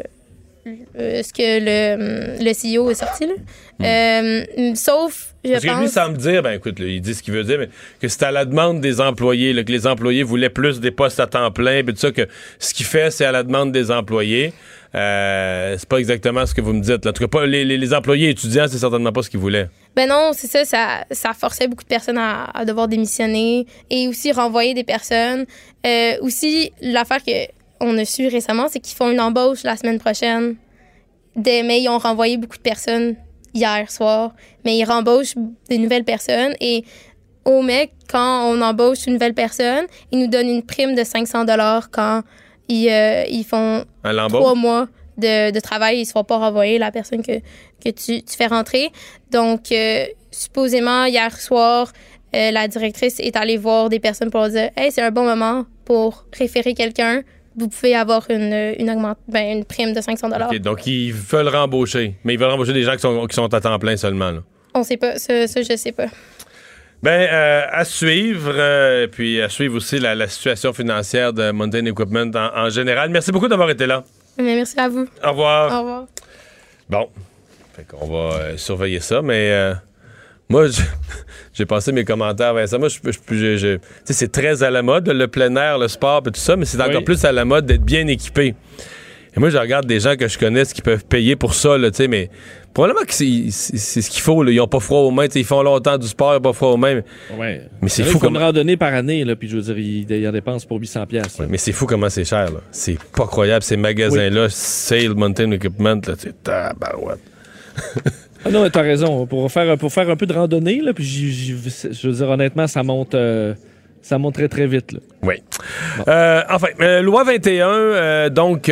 ce que le CEO est sorti. Là. Sauf... Parce que lui semble dire, écoute, là, il dit ce qu'il veut dire, mais que c'est à la demande des employés, là, que les employés voulaient plus des postes à temps plein, puis tout ça, que ce qu'il fait, c'est à la demande des employés. C'est pas exactement ce que vous me dites. Là. En tout cas, pas, les employés étudiants, c'est certainement pas ce qu'ils voulaient. Non, c'est ça forçait beaucoup de personnes à devoir démissionner et aussi renvoyer des personnes. Aussi, l'affaire qu'on a su récemment, c'est qu'ils font une embauche la semaine prochaine. Mais ils ont renvoyé beaucoup de personnes hier soir, mais ils rembauchent des nouvelles personnes et au MEC, quand on embauche une nouvelle personne, ils nous donnent une prime de 500 $ quand ils font 3 mois de travail, ils ne se font pas renvoyer la personne que tu fais rentrer. Donc, supposément, hier soir, la directrice est allée voir des personnes pour leur dire « Hey, c'est un bon moment pour référer quelqu'un. Vous pouvez avoir une prime de 500 $. Okay, donc, ils veulent rembaucher. Mais ils veulent rembaucher des gens qui sont à temps plein seulement. Là. On sait pas. Ça, je sais pas. Ben, à suivre. Puis à suivre aussi la situation financière de Mountain Equipment en général. Merci beaucoup d'avoir été là. Mais merci à vous. Au revoir. Au revoir. Bon. Fait qu'on va surveiller ça, mais... Moi, j'ai passé mes commentaires, Vincent. Moi, tu sais, c'est très à la mode, le plein air, le sport et tout ça, mais c'est encore plus à la mode d'être bien équipé. Et moi, je regarde des gens que je connais qui peuvent payer pour ça, là, tu sais, mais probablement que c'est ce qu'il faut, là. Ils n'ont pas froid aux mains, ils font longtemps du sport, ils n'ont pas froid aux mains. Ouais. Mais c'est fou comme une randonnée par année, là, puis je veux dire, ils en dépensent pour 800$. Ouais, mais c'est fou comment c'est cher, là. C'est pas croyable, ces magasins-là, Sale, Mountain Equipment, là, c'est tabarouette. Ah non, t'as raison. Pour faire un peu de randonnée, là, puis je veux dire, honnêtement, ça monte très, très vite. Là. Oui. Bon. Loi 21, donc,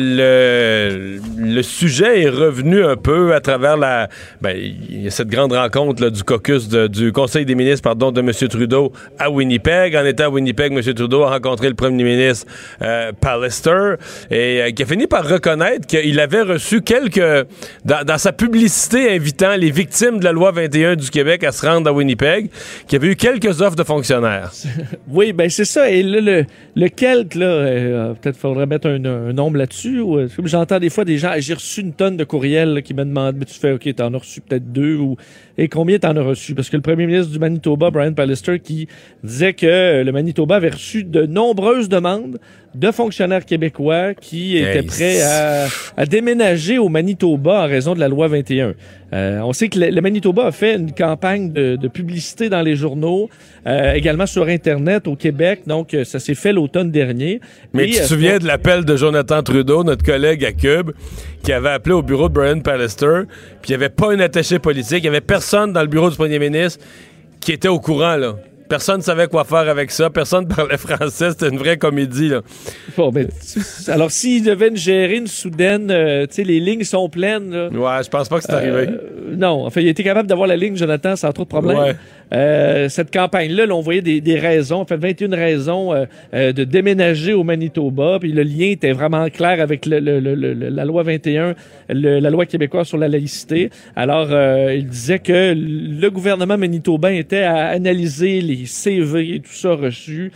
le sujet est revenu un peu à travers il y a cette grande rencontre là, du caucus du Conseil des ministres, de M. Trudeau à Winnipeg. En étant à Winnipeg, M. Trudeau a rencontré le premier ministre Pallister et qui a fini par reconnaître qu'il avait reçu dans sa publicité invitant les victimes de la Loi 21 du Québec à se rendre à Winnipeg, qu'il y avait eu quelques offres de fonctionnaires. Oui, ben c'est ça. Et là, lequel, là, peut-être faudrait mettre un nombre là-dessus. Comme j'entends des fois des gens, j'ai reçu une tonne de courriels là, qui me demandent, mais tu fais, OK, t'en as reçu peut-être 2 et combien t'en as reçu? Parce que le premier ministre du Manitoba, Brian Pallister, qui disait que le Manitoba avait reçu de nombreuses demandes de fonctionnaires québécois qui étaient prêts à déménager au Manitoba en raison de la loi 21. On sait que le Manitoba a fait une campagne de publicité dans les journaux, également sur Internet au Québec, donc ça s'est fait l'automne dernier. Mais tu te souviens de l'appel de Jonathan Trudeau, notre collègue à Cube, qui avait appelé au bureau de Brian Pallister, puis il n'y avait pas un attaché politique, il n'y avait personne dans le bureau du premier ministre qui était au courant, là. Personne ne savait quoi faire avec ça. Personne ne parlait français. C'était une vraie comédie, là. Bon, ben, alors, s'ils devaient gérer une soudaine, tu sais, les lignes sont pleines, là. Ouais, je pense pas que c'est arrivé. Non. Enfin, il a été capable d'avoir la ligne, Jonathan, sans trop de problèmes. Ouais. Cette campagne-là, on voyait des raisons, en fait, 21 raisons de déménager au Manitoba. Puis le lien était vraiment clair avec la loi 21, la loi québécoise sur la laïcité. Alors, il disait que le gouvernement manitobain était à analyser les CV et tout ça reçus.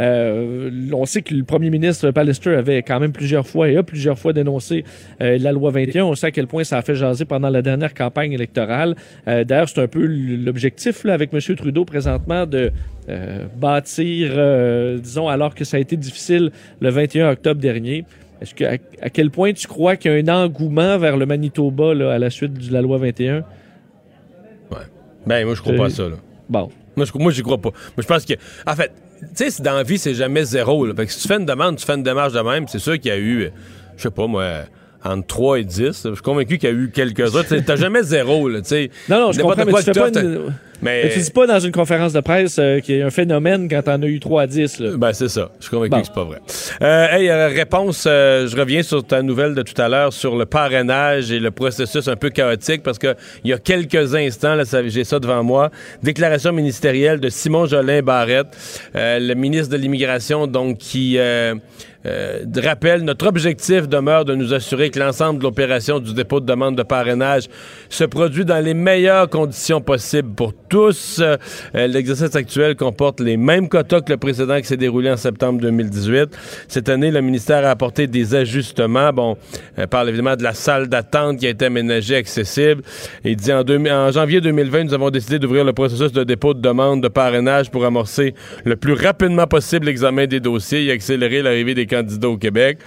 On sait que le premier ministre Pallister avait quand même plusieurs fois dénoncé la loi 21. On sait à quel point ça a fait jaser pendant la dernière campagne électorale. D'ailleurs, c'est un peu l'objectif là, avec M. Trudeau présentement de bâtir, disons, alors que ça a été difficile le 21 octobre dernier. Est-ce que à quel point tu crois qu'il y a un engouement vers le Manitoba là, à la suite de la loi 21? Ouais. Ben, moi, je crois pas à ça, là. Bon. Moi, j'y crois pas. Moi, je pense que... En fait, tu sais, dans la vie, c'est jamais zéro, là. Fait que si tu fais une demande, tu fais une démarche de même, c'est sûr qu'il y a eu, je sais pas, moi... entre 3 et 10. Je suis convaincu qu'il y a eu quelques autres. T'as jamais zéro, là, tu sais. Non, je comprends, mais tu fais pas mais tu dis pas dans une conférence de presse qu'il y a un phénomène quand t'en as eu 3 à 10, là. Ben, c'est ça. Je suis convaincu que c'est pas vrai. Réponse, je reviens sur ta nouvelle de tout à l'heure sur le parrainage et le processus un peu chaotique parce que il y a quelques instants, là, j'ai ça devant moi, déclaration ministérielle de Simon Jolin Barrette, le ministre de l'Immigration, donc, qui... rappelle, notre objectif demeure de nous assurer que l'ensemble de l'opération du dépôt de demande de parrainage se produit dans les meilleures conditions possibles pour tous. L'exercice actuel comporte les mêmes quotas que le précédent qui s'est déroulé en septembre 2018. Cette année, le ministère a apporté des ajustements. Bon, on parle évidemment de la salle d'attente qui a été aménagée, accessible. Il dit en janvier 2020, nous avons décidé d'ouvrir le processus de dépôt de demande de parrainage pour amorcer le plus rapidement possible l'examen des dossiers et accélérer l'arrivée des candidats au Québec,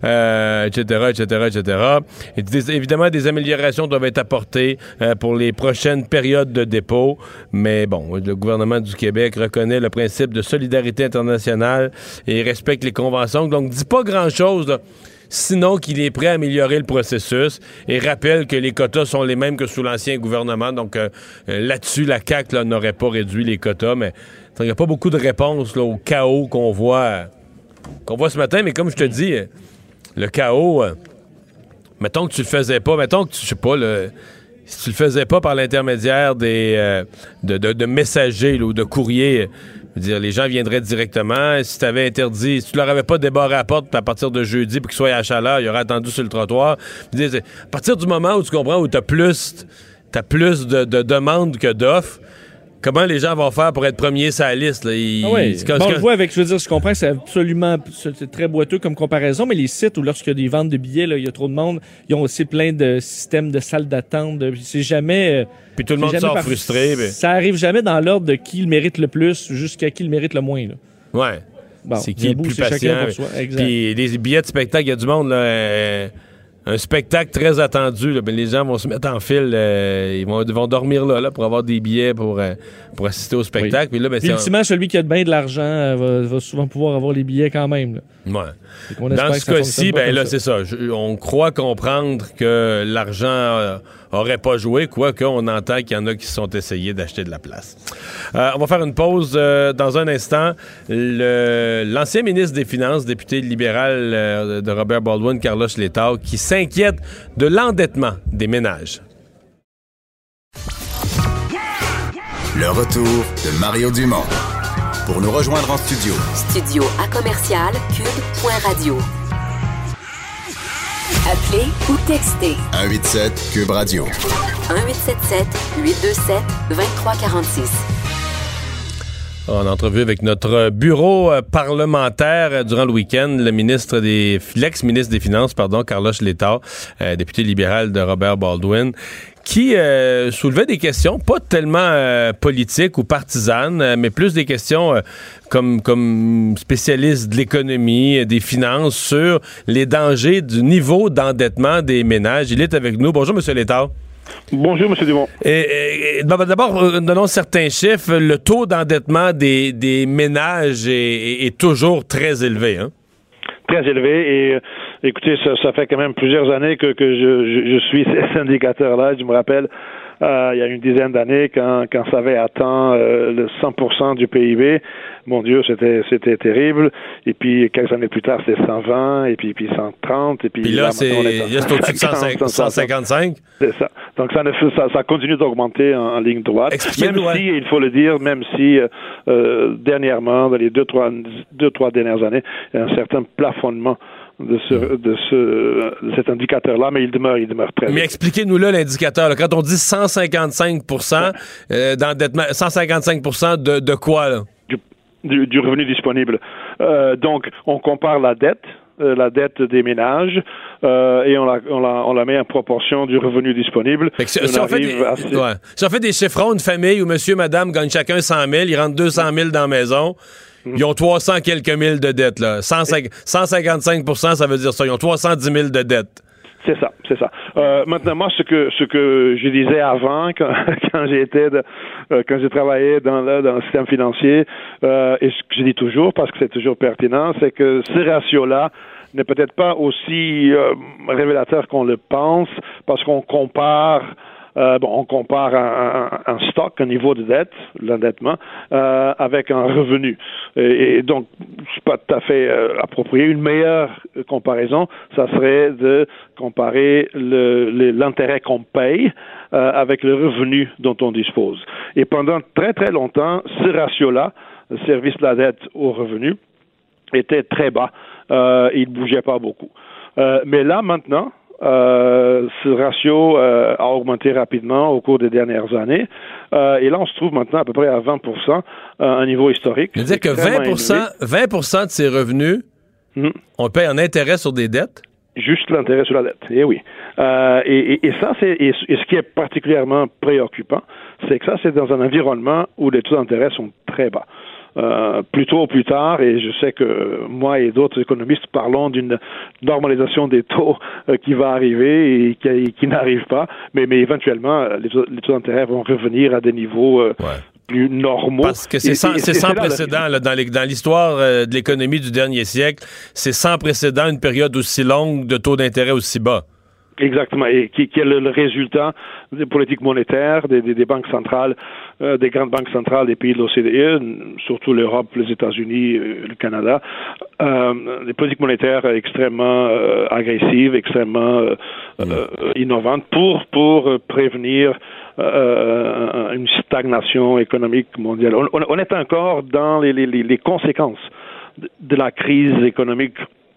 etc. Et évidemment, des améliorations doivent être apportées pour les prochaines périodes de dépôt. Mais bon, le gouvernement du Québec reconnaît le principe de solidarité internationale et respecte les conventions. Donc, dit pas grand-chose, là, sinon qu'il est prêt à améliorer le processus et rappelle que les quotas sont les mêmes que sous l'ancien gouvernement. Donc, là-dessus, la CAQ là, n'aurait pas réduit les quotas. Mais il n'y a pas beaucoup de réponses là, au chaos qu'on voit ce matin, mais comme je te dis, le chaos, mettons que tu le faisais pas, mettons que tu, je sais pas, si tu le faisais pas par l'intermédiaire de messagers là, ou de courriers, je veux dire, les gens viendraient directement. Si tu avais interdit, si tu leur avais pas débarré à la porte à partir de jeudi pour qu'ils soient à la chaleur, ils auraient attendu sur le trottoir. À partir du moment où tu comprends, où tu as plus de demandes que d'offres, comment les gens vont faire pour être premiers sur la liste? Là? On le voit avec, je veux dire, je comprends que c'est très boiteux comme comparaison, mais les sites où lorsqu'il y a des ventes de billets, il y a trop de monde, ils ont aussi plein de systèmes de salles d'attente. C'est jamais... Puis tout le monde sort frustré. Ça arrive jamais dans l'ordre de qui le mérite le plus jusqu'à qui le mérite le moins. Là. Ouais. Bon, c'est qui est le plus patient. Puis les billets de spectacle, il y a du monde, là... Un spectacle très attendu. Là, ben, les gens vont se mettre en file. Ils vont dormir là pour avoir des billets pour assister au spectacle. Oui. Puis là, ben, puis ultimement, celui qui a bien de l'argent va souvent pouvoir avoir les billets quand même. Là. Ouais. Dans ce cas-ci, ben là, c'est ça. On croit comprendre que l'argent aurait pas joué, quoique on entend qu'il y en a qui se sont essayés d'acheter de la place. On va faire une pause dans un instant. L'ancien ministre des Finances, député libéral de Robert Baldwin, Carlos Letao, qui s'inquiète de l'endettement des ménages. Le retour de Mario Dumont. Pour nous rejoindre en studio. Studio à commercial cube.radio. Appelez ou textez. 187 Cube Radio. 1877-827-2346. En entrevue avec notre bureau parlementaire durant le week-end, l'ex-ministre des Finances, Carlos Letao, député libéral de Robert Baldwin, qui soulevait des questions pas tellement politiques ou partisanes, mais plus des questions comme spécialiste de l'économie, des finances, sur les dangers du niveau d'endettement des ménages. Il est avec nous. Bonjour, M. Letao. Bonjour, M. Dumont. D'abord, donnons certains chiffres. Le taux d'endettement des ménages est toujours très élevé. Hein? Très élevé. Et écoutez, ça fait quand même plusieurs années que je suis ces indicateurs-là. Je me rappelle, il y a une dizaine d'années, quand ça avait atteint le 100% du PIB, mon Dieu, c'était terrible. Et puis, quelques années plus tard, c'était 120, et puis 130. Et puis là, c'est au-dessus de 155. C'est ça. Donc, ça continue d'augmenter en ligne droite. Expliquez-nous. Même si, il faut le dire, dernièrement, dans les deux, trois dernières années, il y a un certain plafonnement de cet indicateur-là, mais il demeure très bien. Mais expliquez-nous là l'indicateur. Là. Quand on dit 155% d'endettement, 155% de quoi, là? Du revenu disponible. Donc, on compare la dette des ménages, et on la met en proportion du revenu disponible. Si on fait des chiffrons, une famille où monsieur et madame gagnent chacun 100 000, ils rentrent 200 000 dans la maison, ils ont 300 quelques mille de dettes, là. 155%, ça veut dire ça. Ils ont 310 000 de dettes. C'est ça. Maintenant, moi, ce que je disais avant, quand j'ai travaillé dans le système financier, et ce que je dis toujours, parce que c'est toujours pertinent, c'est que ce ratio-là n'est peut-être pas aussi révélateur qu'on le pense, parce qu'on compare un stock, un niveau de dette, l'endettement, avec un revenu. Et donc, c'est pas tout à fait approprié. Une meilleure comparaison, ça serait de comparer l'intérêt qu'on paye avec le revenu dont on dispose. Et pendant très, très longtemps, ce ratio-là, le service de la dette au revenu, était très bas. Il ne bougeait pas beaucoup. Mais là, maintenant, ce ratio a augmenté rapidement au cours des dernières années. Et là, on se trouve maintenant à peu près à 20%, un niveau historique. Ça veut dire que 20% de ses revenus, on paye en intérêt sur des dettes? Juste l'intérêt sur la dette, oui. Et ça, et ce qui est particulièrement préoccupant, c'est que ça, c'est dans un environnement où les taux d'intérêt sont très bas. Plus tôt ou plus tard, et je sais que moi et d'autres économistes parlons d'une normalisation des taux qui va arriver et qui n'arrive pas, mais éventuellement, les taux d'intérêt vont revenir à des niveaux plus normaux. Parce que c'est sans précédent là, dans l'histoire de l'économie du dernier siècle, c'est sans précédent une période aussi longue de taux d'intérêt aussi bas. Exactement, et qui est le résultat des politiques monétaires des banques centrales, des grandes banques centrales des pays de l'OCDE, surtout l'Europe, les États-Unis, le Canada, des politiques monétaires extrêmement agressives, extrêmement innovantes pour prévenir une stagnation économique mondiale. On est encore dans les conséquences de la crise économique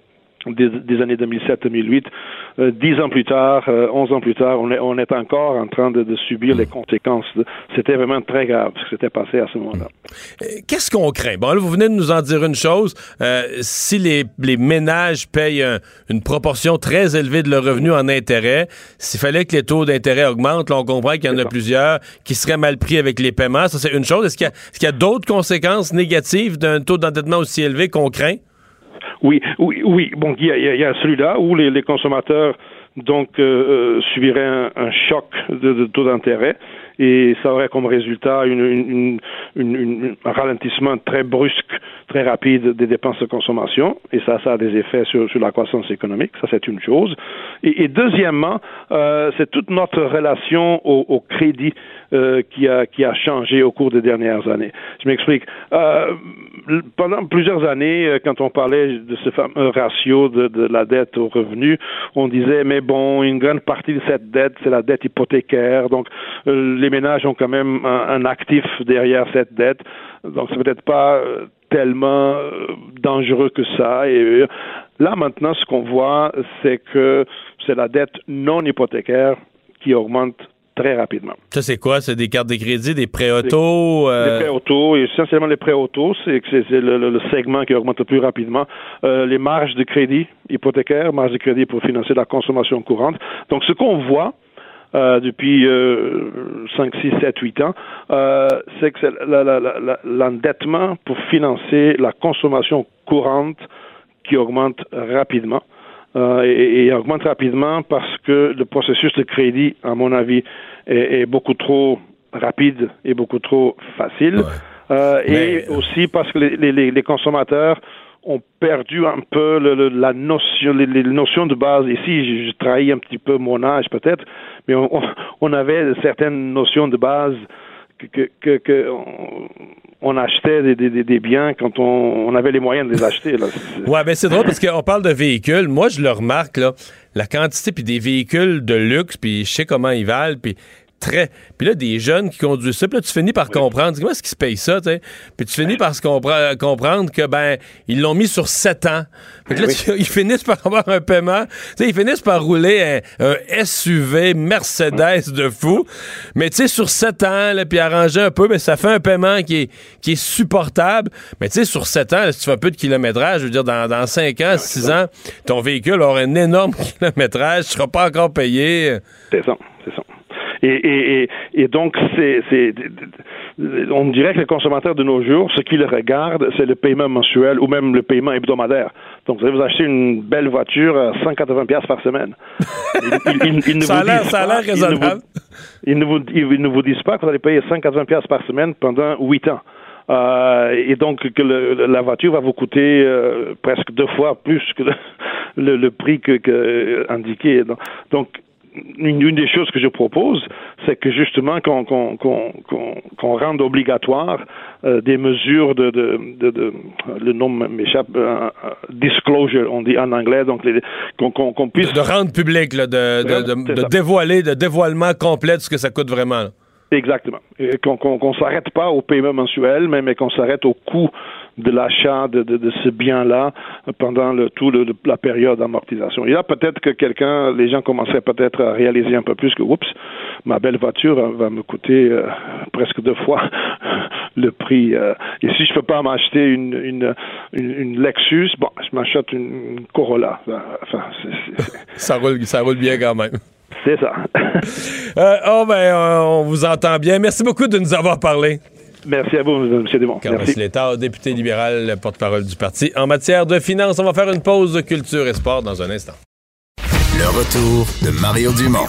des années 2007-2008. 10 ans plus tard, 11 ans plus tard, on est encore en train de subir les conséquences. C'était vraiment très grave ce qui s'était passé à ce moment-là. Qu'est-ce qu'on craint? Bon, là, vous venez de nous en dire une chose. Si les ménages payent une proportion très élevée de leur revenu en intérêt, s'il fallait que les taux d'intérêt augmentent, là, on comprend qu'il y en a plusieurs qui seraient mal pris avec les paiements. Ça, c'est une chose. Est-ce qu'il y a d'autres conséquences négatives d'un taux d'endettement aussi élevé qu'on craint? Oui. Bon, il y a celui-là où les consommateurs donc subiraient un choc de taux d'intérêt et ça aurait comme résultat un ralentissement très brusque, très rapide des dépenses de consommation et ça a des effets sur la croissance économique. Ça, c'est une chose. Et deuxièmement, c'est toute notre relation au crédit qui a changé au cours des dernières années. Je m'explique. Pendant plusieurs années, quand on parlait de ce fameux ratio de la dette au revenu, on disait, mais bon, une grande partie de cette dette, c'est la dette hypothécaire. Donc, les ménages ont quand même un actif derrière cette dette. Donc, c'est peut-être pas tellement dangereux que ça. Et là, maintenant, ce qu'on voit, c'est que c'est la dette non hypothécaire qui augmente très rapidement. Ça, c'est quoi? C'est des cartes de crédit, des prêts auto? Des prêts auto, et essentiellement les prêts auto, c'est le segment qui augmente le plus rapidement. Les marges de crédit hypothécaires, marges de crédit pour financer la consommation courante. Donc, ce qu'on voit depuis 5, 6, 7, 8 ans, c'est que c'est l'endettement pour financer la consommation courante qui augmente rapidement. Et augmente rapidement parce que le processus de crédit, à mon avis, est beaucoup trop rapide et beaucoup trop facile. Ouais. Et aussi parce que les consommateurs ont perdu un peu la notion, les notions de base. Ici, je trahis un petit peu mon âge peut-être, mais on avait certaines notions de base que on achetait des biens quand on avait les moyens de les acheter. Là. Ouais, ben c'est drôle parce qu'on parle de véhicules. Moi, je le remarque, là, la quantité puis des véhicules de luxe, puis je sais comment ils valent, puis Puis là, des jeunes qui conduisent ça, puis là, tu finis par comprendre. Comment est-ce qu'ils se payent ça, tu sais? Puis tu finis par comprendre que, ben, ils l'ont mis sur 7 ans. Fait que là, ils finissent par avoir un paiement. Tu sais, ils finissent par rouler un SUV Mercedes de fou. Mais tu sais, sur 7 ans, là, puis arranger un peu, ben, ça fait un paiement qui est supportable. Mais tu sais, sur 7 ans, là, si tu fais un peu de kilométrage, je veux dire, dans 5 ans, 6 ans, ton véhicule aura un énorme kilométrage, tu seras pas encore payé. C'est ça. Et donc, on dirait que les consommateurs de nos jours, ce qu'ils regardent, c'est le paiement mensuel ou même le paiement hebdomadaire. Donc, vous allez vous acheter une belle voiture à 180$ par semaine. Ça a l'air raisonnable. Ils ne vous disent pas que vous allez payer 180$ par semaine pendant 8 ans. Et donc, que la voiture va vous coûter presque 2 fois plus que le prix que indiqué. Donc, une des choses que je propose, c'est que justement qu'on rende obligatoire des mesures le nom m'échappe, disclosure, on dit en anglais, donc qu'on puisse de rendre public, là, de dévoiler, de dévoilement complet de ce que ça coûte vraiment. Là. Exactement. Et qu'on s'arrête pas au paiement mensuel, mais qu'on s'arrête au coût de l'achat de ce bien-là pendant la période d'amortisation. Et là, peut-être que les gens commenceraient peut-être à réaliser un peu plus que, oups, ma belle voiture va me coûter presque 2 fois le prix. Et si je peux pas m'acheter une Lexus, bon, je m'achète une Corolla. Enfin, Ça roule bien quand même. C'est ça. On vous entend bien. Merci beaucoup de nous avoir parlé. Merci à vous, M. Dumont. Carlos Létard, député libéral, porte-parole du parti. En matière de finances, on va faire une pause de culture et sport dans un instant. Le retour de Mario Dumont,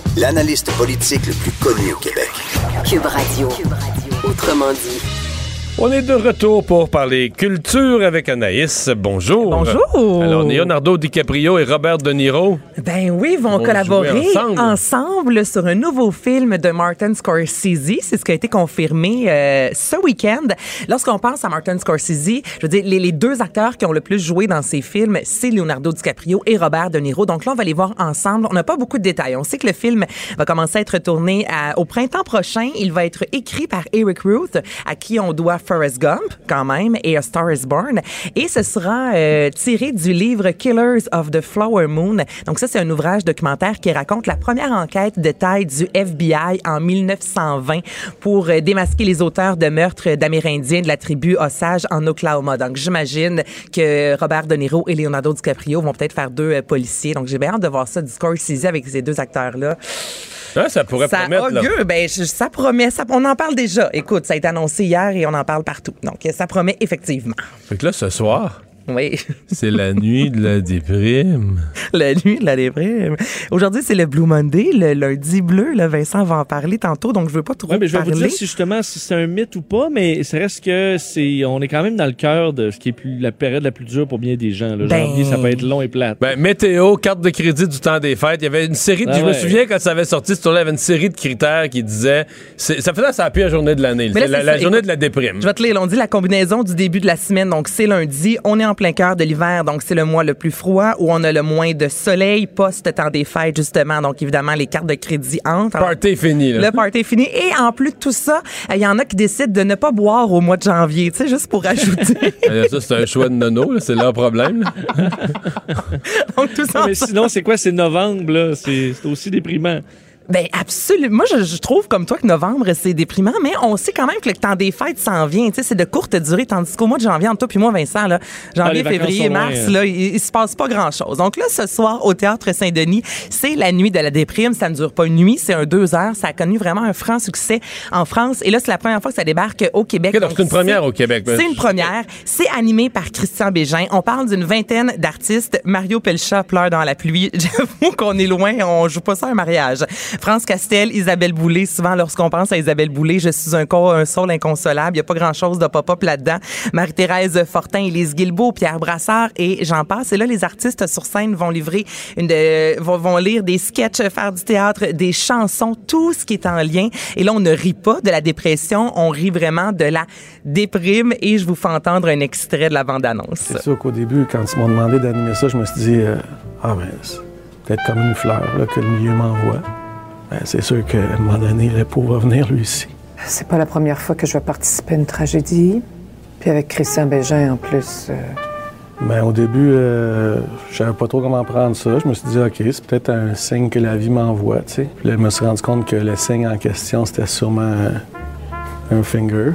l'analyste politique le plus connu au Québec. Cube Radio. Autrement dit. On est de retour pour parler culture avec Anaïs. Bonjour. Bonjour. Alors, Leonardo DiCaprio et Robert De Niro. Ben oui, vont collaborer ensemble sur un nouveau film de Martin Scorsese. C'est ce qui a été confirmé ce week-end. Lorsqu'on pense à Martin Scorsese, je veux dire, les deux acteurs qui ont le plus joué dans ces films, c'est Leonardo DiCaprio et Robert De Niro. Donc là, on va les voir ensemble. On n'a pas beaucoup de détails. On sait que le film va commencer à être tourné au printemps prochain. Il va être écrit par Eric Roth, à qui on doit Forrest Gump, quand même, et A Star is Born. Et ce sera tiré du livre Killers of the Flower Moon. Donc ça, c'est un ouvrage documentaire qui raconte la première enquête de taille du FBI en 1920 pour démasquer les auteurs de meurtres d'Amérindiens de la tribu Osage en Oklahoma. Donc j'imagine que Robert De Niro et Leonardo DiCaprio vont peut-être faire deux policiers. Donc j'ai bien hâte de voir ça, du Scorsese avec ces deux acteurs-là. Ah, ça pourrait promettre. Ça promet. On en parle déjà. Écoute, ça a été annoncé hier et on en parle partout. Donc, ça promet effectivement. Fait que là, ce soir... Oui. C'est la nuit de la déprime. La nuit de la déprime. Aujourd'hui, c'est le Blue Monday, le lundi bleu. Là, Vincent va en parler tantôt, donc je veux pas trop parler. Mais je vais vous dire si c'est un mythe ou pas, mais ça reste que on est quand même dans le cœur de ce qui est la période la plus dure pour bien des gens. Là. Janvier, ça peut être long et plate. Météo, carte de crédit du temps des fêtes. Il y avait une série je me souviens quand ça avait sorti, ce tour-là, il y avait une série de critères qui disaient ça faisait la pire journée de l'année. C'est la journée de la déprime. Je vais te lire. On dit la combinaison du début de la semaine. Donc, c'est lundi. On est en plein cœur de l'hiver, donc c'est le mois le plus froid où on a le moins de soleil post-temps des fêtes, justement. Donc, évidemment, les cartes de crédit entrent. Party fini, là. Le party est fini. Et en plus de tout ça, il y en a qui décident de ne pas boire au mois de janvier, tu sais, juste pour ajouter. Ça, c'est un choix de nono, là. C'est leur problème. Donc, tout ça. Mais sinon, c'est quoi? C'est novembre, là. C'est aussi déprimant. Ben absolument. Moi, je trouve comme toi que novembre, c'est déprimant, mais on sait quand même que le temps des fêtes s'en vient. Tu sais, c'est de courte durée, tandis qu'au mois de janvier, entre toi puis moi, Vincent, là, janvier, février, mars, là, il se passe pas grand-chose. Donc là, ce soir, au Théâtre Saint-Denis, c'est la nuit de la déprime. Ça ne dure pas une nuit, c'est 2 heures. Ça a connu vraiment un franc succès en France. Et là, c'est la première fois que ça débarque au Québec. Okay, donc c'est une première au Québec. C'est une première. C'est animé par Christian Bégin. On parle d'une vingtaine d'artistes. Mario Pelcha pleure dans la pluie. J'avoue qu'on est loin. On joue pas ça à un mariage. France Castel, Isabelle Boulay. Souvent, lorsqu'on pense à Isabelle Boulay, je suis un soul inconsolable. Il n'y a pas grand-chose de pop-up là-dedans. Marie-Thérèse Fortin, Élise Guilbeault, Pierre Brassard et j'en passe. Et là, les artistes sur scène vont vont lire des sketchs, faire du théâtre, des chansons, tout ce qui est en lien. Et là, on ne rit pas de la dépression, on rit vraiment de la déprime. Et je vous fais entendre un extrait de la bande-annonce. C'est sûr qu'au début, quand ils m'ont demandé d'animer ça, je me suis dit, c'est peut-être comme une fleur là, que le milieu m'envoie. C'est sûr qu'à un moment donné, le pot va venir, lui aussi. C'est pas la première fois que je vais participer à une tragédie. Puis avec Christian Bégin, en plus... Au début, je savais pas trop comment prendre ça. Je me suis dit, OK, c'est peut-être un signe que la vie m'envoie, tu sais. Puis là, je me suis rendu compte que le signe en question, c'était sûrement un finger.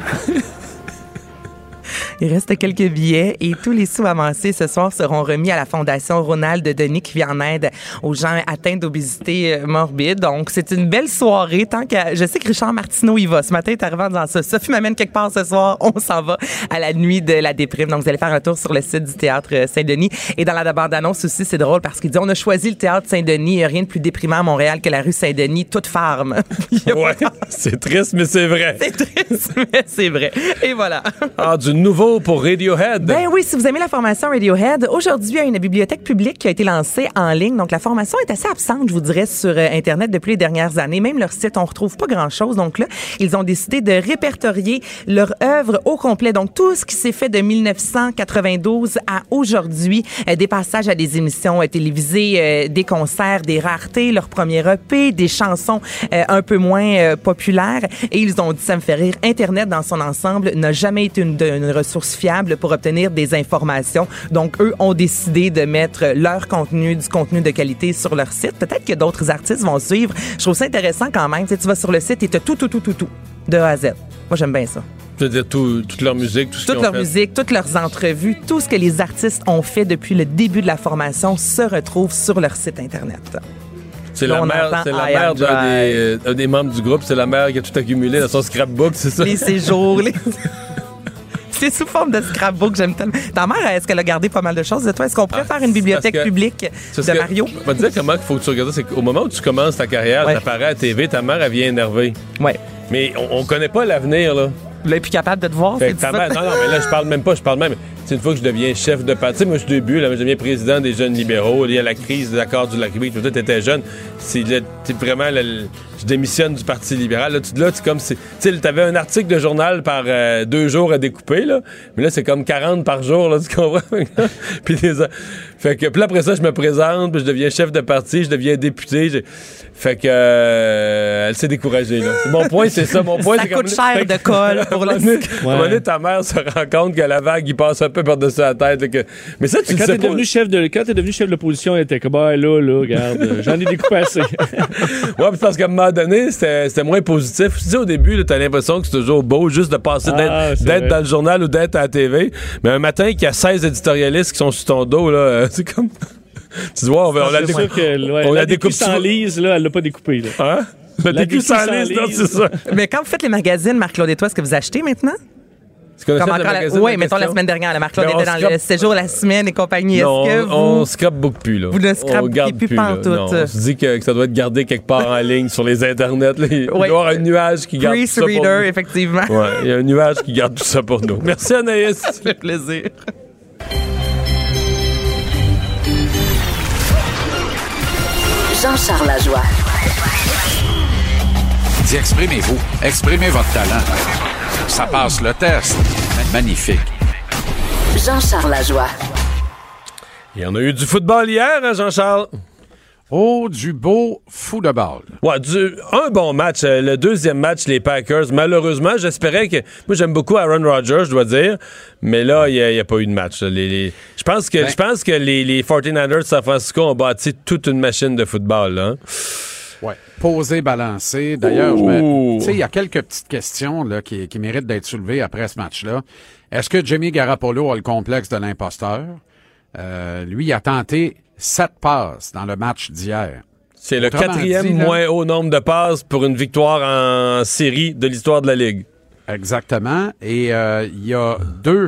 Il reste quelques billets et tous les sous amassés ce soir seront remis à la Fondation Ronald Denis qui vient en aide aux gens atteints d'obésité morbide. Donc, c'est une belle soirée. Je sais que Richard Martineau y va. Ce matin, il est arrivé en disant ça. Sophie m'amène quelque part ce soir. On s'en va à la nuit de la déprime. Donc, vous allez faire un tour sur le site du Théâtre Saint-Denis. Et dans la bande-annonce aussi, c'est drôle parce qu'il dit on a choisi le Théâtre Saint-Denis. Il n'y a rien de plus déprimant à Montréal que la rue Saint-Denis, toute ferme. Ouais, c'est triste, mais c'est vrai. C'est triste, mais c'est vrai. Et voilà. Du nouveau pour Radiohead. Ben oui, si vous aimez la formation Radiohead, aujourd'hui, il y a une bibliothèque publique qui a été lancée en ligne. Donc, la formation est assez absente, je vous dirais, sur Internet depuis les dernières années. Même leur site, on retrouve pas grand-chose. Donc là, ils ont décidé de répertorier leur œuvre au complet. Donc, tout ce qui s'est fait de 1992 à aujourd'hui, des passages à des émissions télévisées, des concerts, des raretés, leur premier EP, des chansons un peu moins populaires. Et ils ont dit, ça me fait rire, Internet dans son ensemble n'a jamais été une ressource fiable pour obtenir des informations. Donc, eux ont décidé de mettre leur contenu, du contenu de qualité sur leur site. Peut-être que d'autres artistes vont suivre. Je trouve ça intéressant quand même. Tu vas sur le site et tu as tout, de A à Z. Moi, j'aime bien ça. Tu veux dire toute leur musique, tout ce qu'ils ont fait? Toute leur musique, toutes leurs entrevues, tout ce que les artistes ont fait depuis le début de la formation se retrouve sur leur site Internet. C'est la mère d'un des membres du groupe. C'est la mère qui a tout accumulé dans son scrapbook, c'est ça? Les séjours, C'est sous forme de scrapbook, j'aime tellement. Ta mère, est-ce qu'elle a gardé pas mal de choses de toi? Est-ce qu'on pourrait faire une bibliothèque publique de Mario? Je vais te dire comment il faut que tu regardes ça. C'est qu'au moment où tu commences ta carrière, t'apparais à la TV, ta mère, elle vient énervée. Ouais. Mais on connaît pas l'avenir, là. Vous l'êtes plus capable de te voir, c'est ça? Non, mais là, je parle même. C'est une fois que je deviens chef de parti. Moi, je suis début, là, je deviens président des jeunes libéraux. Il y a la crise des accords du Lac-Québec. Tout était jeune. C'est vraiment... je démissionne du Parti libéral. Là, c'est comme... Tu sais, t'avais un article de journal par 2 jours à découper, là. Mais là, c'est comme 40 par jour, là, tu comprends? Puis puis après ça, je me présente, puis je deviens chef de parti, je deviens député. Fait que... elle s'est découragée, là. Mon point, c'est ça. Mon point, ça c'est coûte cher de colle pour le... À un moment donné, ta mère se rend compte que la vague, il passe un peu par-dessus la tête. Là, mais ça, tu le sais pas. Quand t'es devenu chef de l'opposition, elle était comme, là, regarde, j'en ai découpé assez. Ouais, parce qu'à un moment donné, c'était moins positif. Tu dis au début, t'as l'impression que c'est toujours beau juste de passer d'être dans le journal ou d'être à la TV. Mais un matin, qu'il y a 16 éditorialistes qui sont sur ton dos, là, c'est comme... Tu vois, on l'a découpé. On l'a découpé sans lise, là, elle l'a pas découpé. Là. Hein? La découpé sans lise, non, c'est ça. Mais quand vous faites les magazines, Marc-Claude et toi, est-ce que vous achetez maintenant? Oui, mettons la semaine dernière. Marc-Claude était dans le séjour la semaine et compagnie. Non, est-ce que on scrape beaucoup plus. Là. Vous ne scrapez plus pantoute. Non, on se dit que ça doit être gardé quelque part en ligne sur les internets. Là. Il doit y avoir un nuage qui garde tout ça pour nous. Reader, effectivement. Oui, il y a un nuage qui garde tout ça pour nous. Merci Anaïs. Ça fait plaisir. Jean-Charles Lajoie. Dis, exprimez-vous. Exprimez votre talent. Ça passe le test. Magnifique. Jean-Charles Lajoie. Et on a eu du football hier, hein, Jean-Charles? Oh, du beau football. Ouais, un bon match. Le deuxième match, les Packers. Malheureusement, j'espérais que... Moi, j'aime beaucoup Aaron Rodgers, je dois dire. Mais là, il n'y a pas eu de match. Je pense que les 49ers de San Francisco ont bâti toute une machine de football. Là. Ouais. Posé, balancé. D'ailleurs, tu sais, il y a quelques petites questions là, qui méritent d'être soulevées après ce match-là. Est-ce que Jimmy Garoppolo a le complexe de l'imposteur? Lui, il a tenté 7 passes dans le match d'hier. C'est le 4e moins haut nombre de passes pour une victoire en série de l'histoire de la Ligue. Exactement. Et il y a 2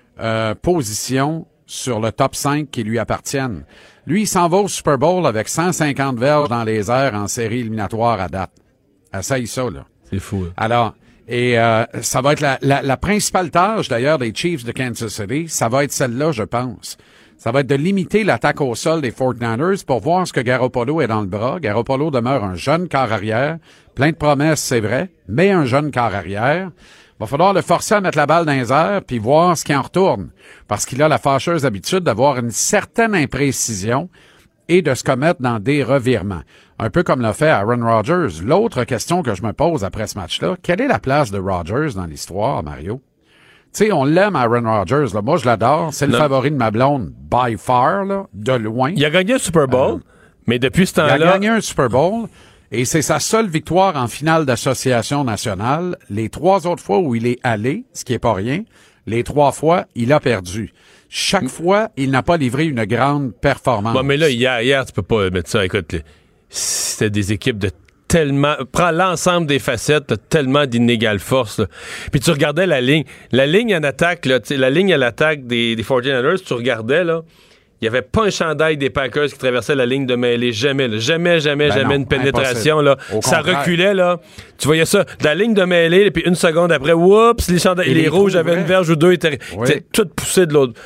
positions sur le top 5 qui lui appartiennent. Lui, il s'en va au Super Bowl avec 150 verges dans les airs en série éliminatoire à date. Essaye ça, là. C'est fou. Hein. Alors, et ça va être la principale tâche, d'ailleurs, des Chiefs de Kansas City. Ça va être celle-là, je pense. Ça va être de limiter l'attaque au sol des 49ers pour voir ce que Garoppolo est dans le bras. Garoppolo demeure un jeune quart arrière. Plein de promesses, c'est vrai, mais un jeune quart arrière. Va falloir le forcer à mettre la balle dans les airs puis voir ce qui en retourne. Parce qu'il a la fâcheuse habitude d'avoir une certaine imprécision et de se commettre dans des revirements. Un peu comme l'a fait Aaron Rodgers. L'autre question que je me pose après ce match-là, quelle est la place de Rodgers dans l'histoire, Mario? Tu sais, on l'aime, Aaron Rodgers. Là. Moi, je l'adore. C'est le favori de ma blonde, by far, là, de loin. Il a gagné un Super Bowl, mais depuis ce temps-là... Il a gagné un Super Bowl, et c'est sa seule victoire en finale d'association nationale. Les 3 autres fois où il est allé, ce qui est pas rien, les 3 fois, il a perdu. Chaque fois, il n'a pas livré une grande performance. Bon, mais là, hier, tu peux pas mettre ça. Écoute, c'était des équipes de tellement... Prends l'ensemble des facettes, t'as tellement d'inégales forces. Là. Puis tu regardais la ligne. La ligne en attaque, là, la ligne à l'attaque des 49ers, tu regardais, là, il n'y avait pas un chandail des Packers qui traversait la ligne de mêlée. Jamais, là. Jamais une pénétration. Là. Ça reculait, là. Tu voyais ça, de la ligne de mêlée, et puis une seconde après, oups, les rouges avaient une verge ou deux, étaient toutes poussées de l'autre.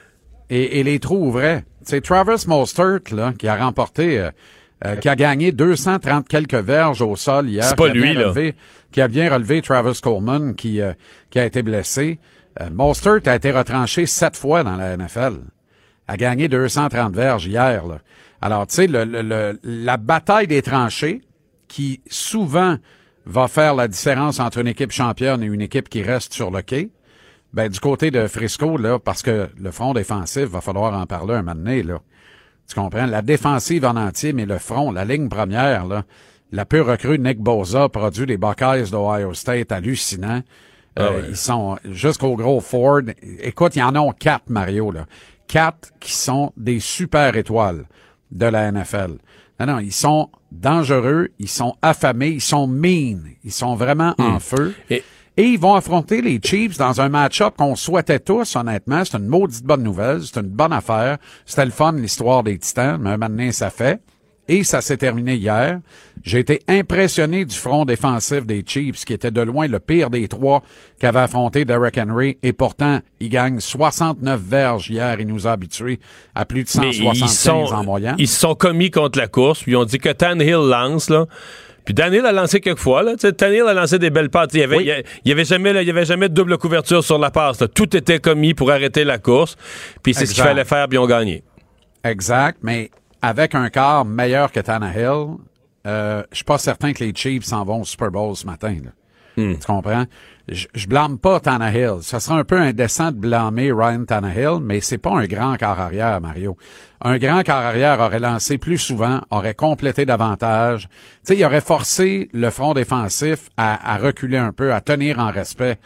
Et les trous ouvraient. C'est Travis Mostert, là, qui a remporté... qui a gagné 230 quelques verges au sol hier. C'est pas lui, là. Qui a bien relevé Travis Coleman, qui a été blessé. Mostert a été retranché 7 fois dans la NFL. A gagné 230 verges hier, là. Alors, tu sais, la bataille des tranchées, qui souvent va faire la différence entre une équipe championne et une équipe qui reste sur le quai, ben, du côté de Frisco, là, parce que le front défensif, va falloir en parler un moment donné, là. Tu comprends? La défensive en entier, mais le front, la ligne première, là, la pure recrue Nick Bosa, produit les Buckeyes d'Ohio State, hallucinant. Ils sont jusqu'au gros Ford. Écoute, il y en a 4, Mario, là. 4 qui sont des super étoiles de la NFL. Non, ils sont dangereux, ils sont affamés, ils sont mean, ils sont vraiment en feu. Et ils vont affronter les Chiefs dans un match-up qu'on souhaitait tous, honnêtement. C'est une maudite bonne nouvelle. C'est une bonne affaire. C'était le fun, l'histoire des Titans. Mais un moment donné, ça fait. Et ça s'est terminé hier. J'ai été impressionné du front défensif des Chiefs, qui était de loin le pire des trois qu'avait affronté Derrick Henry. Et pourtant, il gagne 69 verges hier. Il nous a habitués à plus de 175 en moyenne. Ils se sont commis contre la course, puis ils ont dit que Tannehill lance, là. Puis Tannehill a lancé quelques fois, là. Tannehill a lancé des belles passes. Il y avait jamais de double couverture sur la passe, là. Tout était commis pour arrêter la course. Puis c'est ce qu'il fallait faire, puis ils ont gagné. Exact, mais avec un quart meilleur que Tannehill, je suis pas certain que les Chiefs s'en vont au Super Bowl ce matin, là. Tu comprends? Je blâme pas Tannehill. Ça serait un peu indécent de blâmer Ryan Tannehill, mais c'est pas un grand quart arrière, Mario. Un grand quart arrière aurait lancé plus souvent, aurait complété davantage. Tu sais, il aurait forcé le front défensif à reculer un peu, à tenir en respect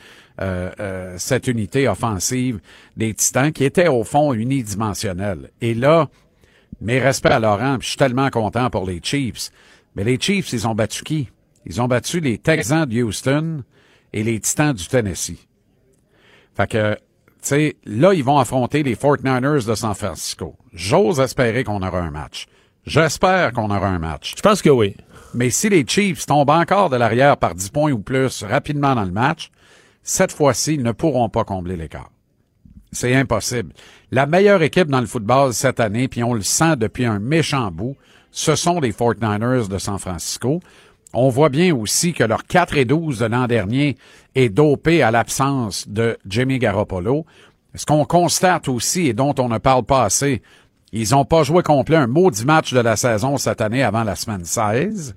cette unité offensive des Titans qui était au fond unidimensionnelle. Et là, mes respects à Laurent, puis je suis tellement content pour les Chiefs. Mais les Chiefs, ils ont battu qui? Ils ont battu les Texans de Houston et les Titans du Tennessee. Fait que, tu sais, là, ils vont affronter les 49ers de San Francisco. J'ose espérer qu'on aura un match. J'espère qu'on aura un match. Je pense que oui. Mais si les Chiefs tombent encore de l'arrière par 10 points ou plus rapidement dans le match, cette fois-ci, ils ne pourront pas combler l'écart. C'est impossible. La meilleure équipe dans le football cette année, puis on le sent depuis un méchant bout, ce sont les 49ers de San Francisco. On voit bien aussi que leur 4-12 de l'an dernier est dopé à l'absence de Jimmy Garoppolo. Ce qu'on constate aussi et dont on ne parle pas assez, ils n'ont pas joué complet un maudit match de la saison cette année avant la semaine 16.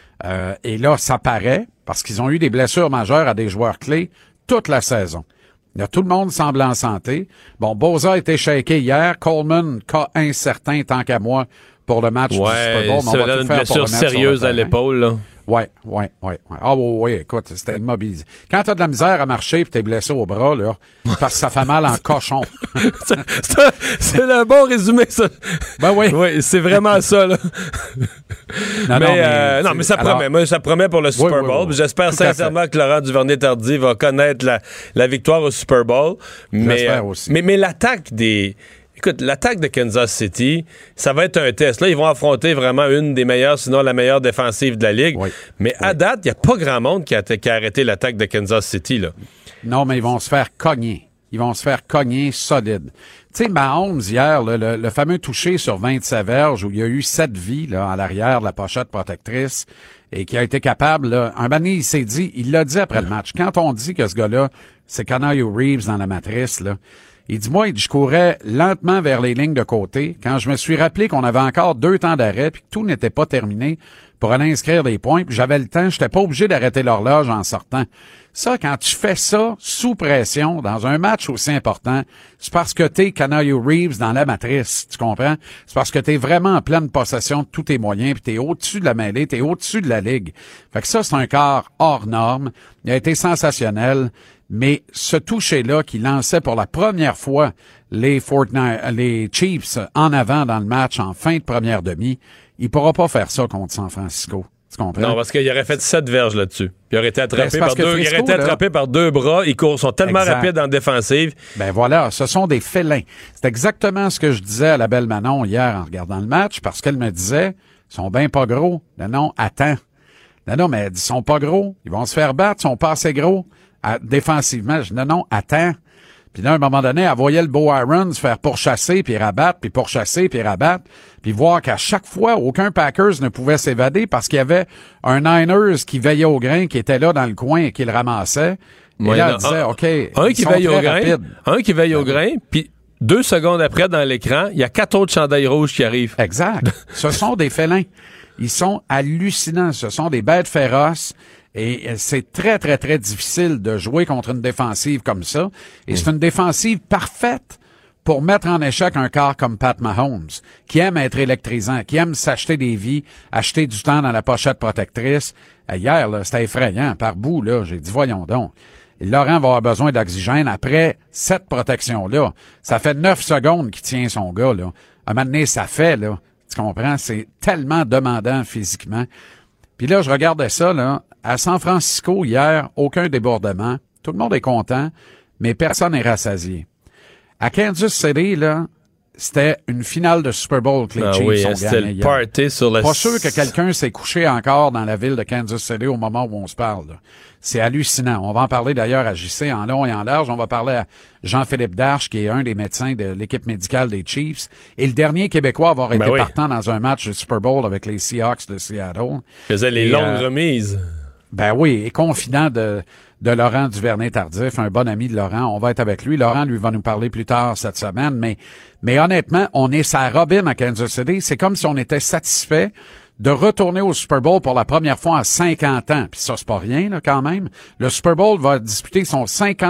Et là, ça paraît parce qu'ils ont eu des blessures majeures à des joueurs clés toute la saison. Là, tout le monde semble en santé. Bon, Bosa a été shaké hier. Coleman, cas incertain tant qu'à moi pour le match du Super Bowl. Ça a une blessure sérieuse à l'épaule, là. Ouais. Ah oui, écoute, c'était immobilisé. Quand t'as de la misère à marcher pis t'es blessé au bras, là, parce que ça fait mal en cochon. c'est le bon résumé, ça. Ben oui. Oui, c'est vraiment ça, là. Mais ça promet. Moi, ça promet pour le Super Bowl. Oui. J'espère sincèrement que Laurent Duvernay-Tardy va connaître la victoire au Super Bowl. J'espère aussi. Mais l'attaque des... Écoute, l'attaque de Kansas City, ça va être un test. Là, ils vont affronter vraiment une des meilleures, sinon la meilleure défensive de la Ligue. Oui. Mais à date, il n'y a pas grand monde qui a arrêté l'attaque de Kansas City, là. Non, mais ils vont se faire cogner. Ils vont se faire cogner solide. Tu sais, Mahomes, hier, là, le fameux touché sur 27 verges où il y a eu 7 vies là, à l'arrière de la pochette protectrice et qui a été capable, là, un moment donné, il l'a dit après le match. Quand on dit que ce gars-là, c'est Keanu Reeves dans la matrice, là, il dit, je courais lentement vers les lignes de côté quand je me suis rappelé qu'on avait encore 2 temps d'arrêt puis que tout n'était pas terminé pour aller inscrire des points puis j'avais le temps, j'étais pas obligé d'arrêter l'horloge en sortant. Ça, quand tu fais ça sous pression dans un match aussi important, c'est parce que t'es Keanu Reeves dans la matrice, tu comprends? C'est parce que t'es vraiment en pleine possession de tous tes moyens puis t'es au-dessus de la mêlée, t'es au-dessus de la ligue. Fait que ça, c'est un quart hors norme. Il a été sensationnel. Mais ce toucher-là qui lançait pour la première fois les Chiefs en avant dans le match en fin de première demi, il pourra pas faire ça contre San Francisco. Tu comprends? Non, parce qu'il aurait fait 7 verges là-dessus. Puis il aurait été attrapé par 2 bras. Ils sont tellement rapides en défensive. Ben voilà, ce sont des félins. C'est exactement ce que je disais à la belle Manon hier en regardant le match, parce qu'elle me disait, ils sont bien pas gros. Non, attends. Non, mais ils sont pas gros. Ils vont se faire battre, ils sont pas assez gros. Défensivement, je dis non, attends. Puis là, à un moment donné, elle voyait le Beau Iron se faire pourchasser, puis rabattre, puis pourchasser, puis rabattre, puis voir qu'à chaque fois, aucun Packers ne pouvait s'évader parce qu'il y avait un Niners qui veillait au grain, qui était là dans le coin et qui le ramassait. Et là, elle disait, OK, un qui veille au grain, puis 2 secondes après, dans l'écran, il y a 4 autres chandails rouges qui arrivent. Exact. Ce sont des félins. Ils sont hallucinants. Ce sont des bêtes féroces. Et c'est très, très, très difficile de jouer contre une défensive comme ça. Et c'est une défensive parfaite pour mettre en échec un quart comme Pat Mahomes, qui aime être électrisant, qui aime s'acheter des vies, acheter du temps dans la pochette protectrice. Hier, là, c'était effrayant. Par bout, là, j'ai dit, voyons donc. Et Laurent va avoir besoin d'oxygène après cette protection-là. Ça fait 9 secondes qu'il tient son gars, là. À un moment donné, ça fait, là. Tu comprends? C'est tellement demandant physiquement. Puis là, je regardais ça, là. À San Francisco, hier, aucun débordement. Tout le monde est content, mais personne n'est rassasié. À Kansas City, là, c'était une finale de Super Bowl que les Chiefs ont gagné. C'était le party sur la... Pas sûr que quelqu'un s'est couché encore dans la ville de Kansas City au moment où on se parle. Là. C'est hallucinant. On va en parler d'ailleurs à JC en long et en large. On va parler à Jean-Philippe Darche, qui est un des médecins de l'équipe médicale des Chiefs, et le dernier Québécois à avoir été partant dans un match de Super Bowl avec les Seahawks de Seattle. Faisait les longues remises. Ben oui, et confident de Laurent Duvernay-Tardif, un bon ami de Laurent. On va être avec lui. Laurent, lui, va nous parler plus tard cette semaine. Mais honnêtement, on est sa robine à Kansas City. C'est comme si on était satisfait de retourner au Super Bowl pour la première fois en 50 ans. Puis ça, c'est pas rien, là, quand même. Le Super Bowl va disputer son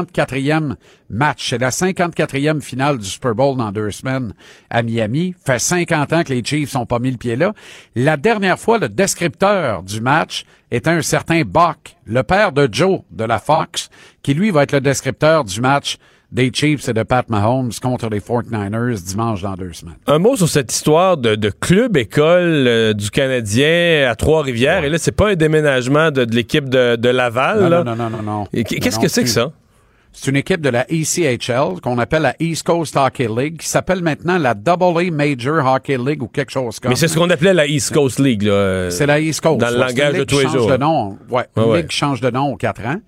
54e match. C'est la 54e finale du Super Bowl dans 2 semaines à Miami. Fait 50 ans que les Chiefs n'ont pas mis le pied là. La dernière fois, le descripteur du match était un certain Buck, le père de Joe de la Fox, qui lui va être le descripteur du match des Chiefs et de Pat Mahomes contre les 49ers dimanche dans 2 semaines. Un mot sur cette histoire de club-école du Canadien à Trois-Rivières. Ouais. Et là, c'est pas un déménagement de l'équipe de Laval. Non. Qu'est-ce que c'est que ça? C'est une équipe de la ECHL qu'on appelle la East Coast Hockey League, qui s'appelle maintenant la AA Major Hockey League ou quelque chose comme ça. Mais c'est ce qu'on appelait la East Coast League, là. C'est la East Coast. Dans le langage de tous les jours. Une ligue qui change de nom aux 4 ans.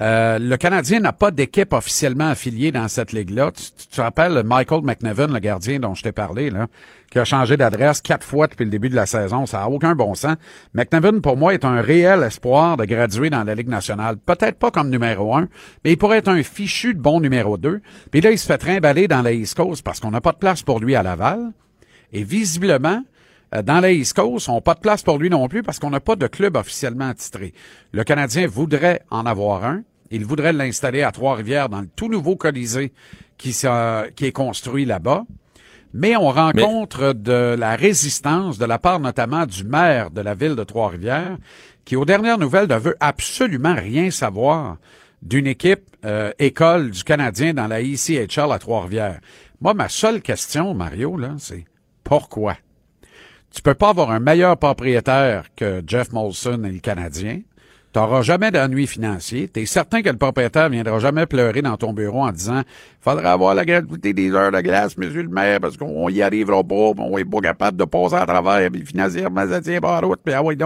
Le Canadien n'a pas d'équipe officiellement affiliée dans cette ligue-là. Tu te rappelles Michael McNevin, le gardien dont je t'ai parlé, là, qui a changé d'adresse 4 fois depuis le début de la saison. Ça n'a aucun bon sens. McNevin, pour moi, est un réel espoir de graduer dans la Ligue nationale. Peut-être pas comme numéro 1, mais il pourrait être un fichu de bon numéro 2. Puis là, il se fait trimballer dans la East Coast parce qu'on n'a pas de place pour lui à Laval. Et visiblement, dans la East Coast, on n'a pas de place pour lui non plus parce qu'on n'a pas de club officiellement attitré. Le Canadien voudrait en avoir un. Il voudrait l'installer à Trois-Rivières dans le tout nouveau Colisée qui est construit là-bas. Mais on rencontre de la résistance de la part notamment du maire de la ville de Trois-Rivières qui, aux dernières nouvelles, ne veut absolument rien savoir d'une équipe école du Canadien dans la ECHL à Trois-Rivières. Moi, ma seule question, Mario, là, c'est pourquoi? Tu peux pas avoir un meilleur propriétaire que Jeff Molson et le Canadien. T'auras jamais d'ennui financier. T'es certain que le propriétaire viendra jamais pleurer dans ton bureau en disant « Faudra avoir la gratuité des heures de glace, monsieur le maire, parce qu'on y arrivera pas, on est pas capable de passer à travers, puis financièrement, ça tient pas la route, puis ah oui, non. »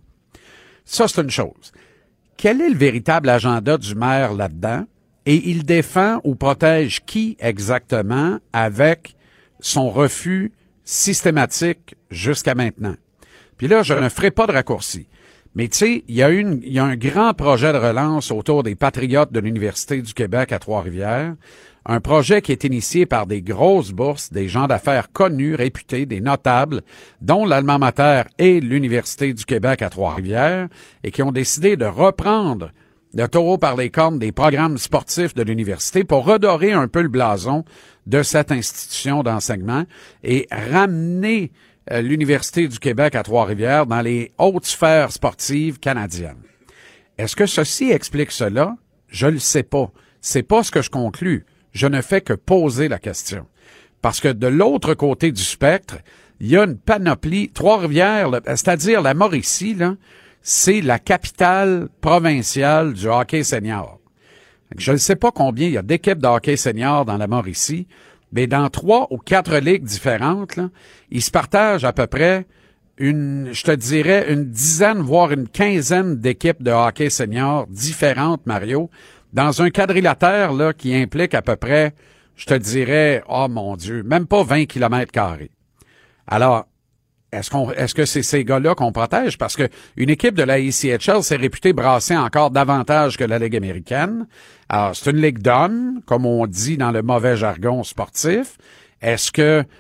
Ça, c'est une chose. Quel est le véritable agenda du maire là-dedans? Et il défend ou protège qui exactement avec son refus systématique jusqu'à maintenant? Puis là, je ne ferai pas de raccourci. Mais tu sais, il y a un grand projet de relance autour des Patriotes de l'Université du Québec à Trois-Rivières. Un projet qui est initié par des grosses bourses, des gens d'affaires connus, réputés, des notables, dont l'Alma Mater et l'Université du Québec à Trois-Rivières, et qui ont décidé de reprendre le taureau par les cornes des programmes sportifs de l'université pour redorer un peu le blason de cette institution d'enseignement et ramener l'Université du Québec à Trois-Rivières dans les hautes sphères sportives canadiennes. Est-ce que ceci explique cela? Je le sais pas. C'est pas ce que je conclus. Je ne fais que poser la question. Parce que de l'autre côté du spectre, il y a une panoplie. Trois-Rivières, c'est-à-dire la Mauricie, là, c'est la capitale provinciale du hockey senior. Je ne sais pas combien il y a d'équipes de hockey senior dans la Mauricie, mais dans 3 ou 4 ligues différentes, là, ils se partagent à peu près une dizaine, voire une quinzaine d'équipes de hockey senior différentes, Mario, dans un quadrilatère là, qui implique à peu près, je te dirais, oh mon Dieu, même pas 20 km². Alors, est-ce que c'est ces gars-là qu'on protège? Parce que une équipe de la ECHL s'est réputée brasser encore davantage que la Ligue américaine. Alors, c'est une ligue d'hommes, comme on dit dans le mauvais jargon sportif. Est-ce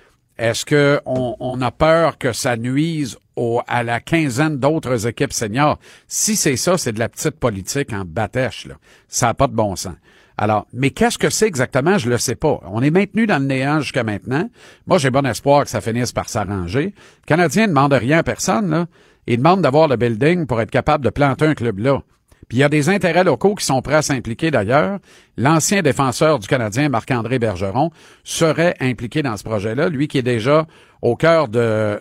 que on a peur que ça nuise à la quinzaine d'autres équipes seniors? Si c'est ça, c'est de la petite politique en batèche, là. Ça n'a pas de bon sens. Alors, mais qu'est-ce que c'est exactement? Je le sais pas. On est maintenu dans le néant jusqu'à maintenant. Moi, j'ai bon espoir que ça finisse par s'arranger. Le Canadien ne demande rien à personne, là. Il demande d'avoir le building pour être capable de planter un club là. Puis il y a des intérêts locaux qui sont prêts à s'impliquer d'ailleurs. L'ancien défenseur du Canadien, Marc-André Bergeron, serait impliqué dans ce projet-là. Lui qui est déjà au cœur de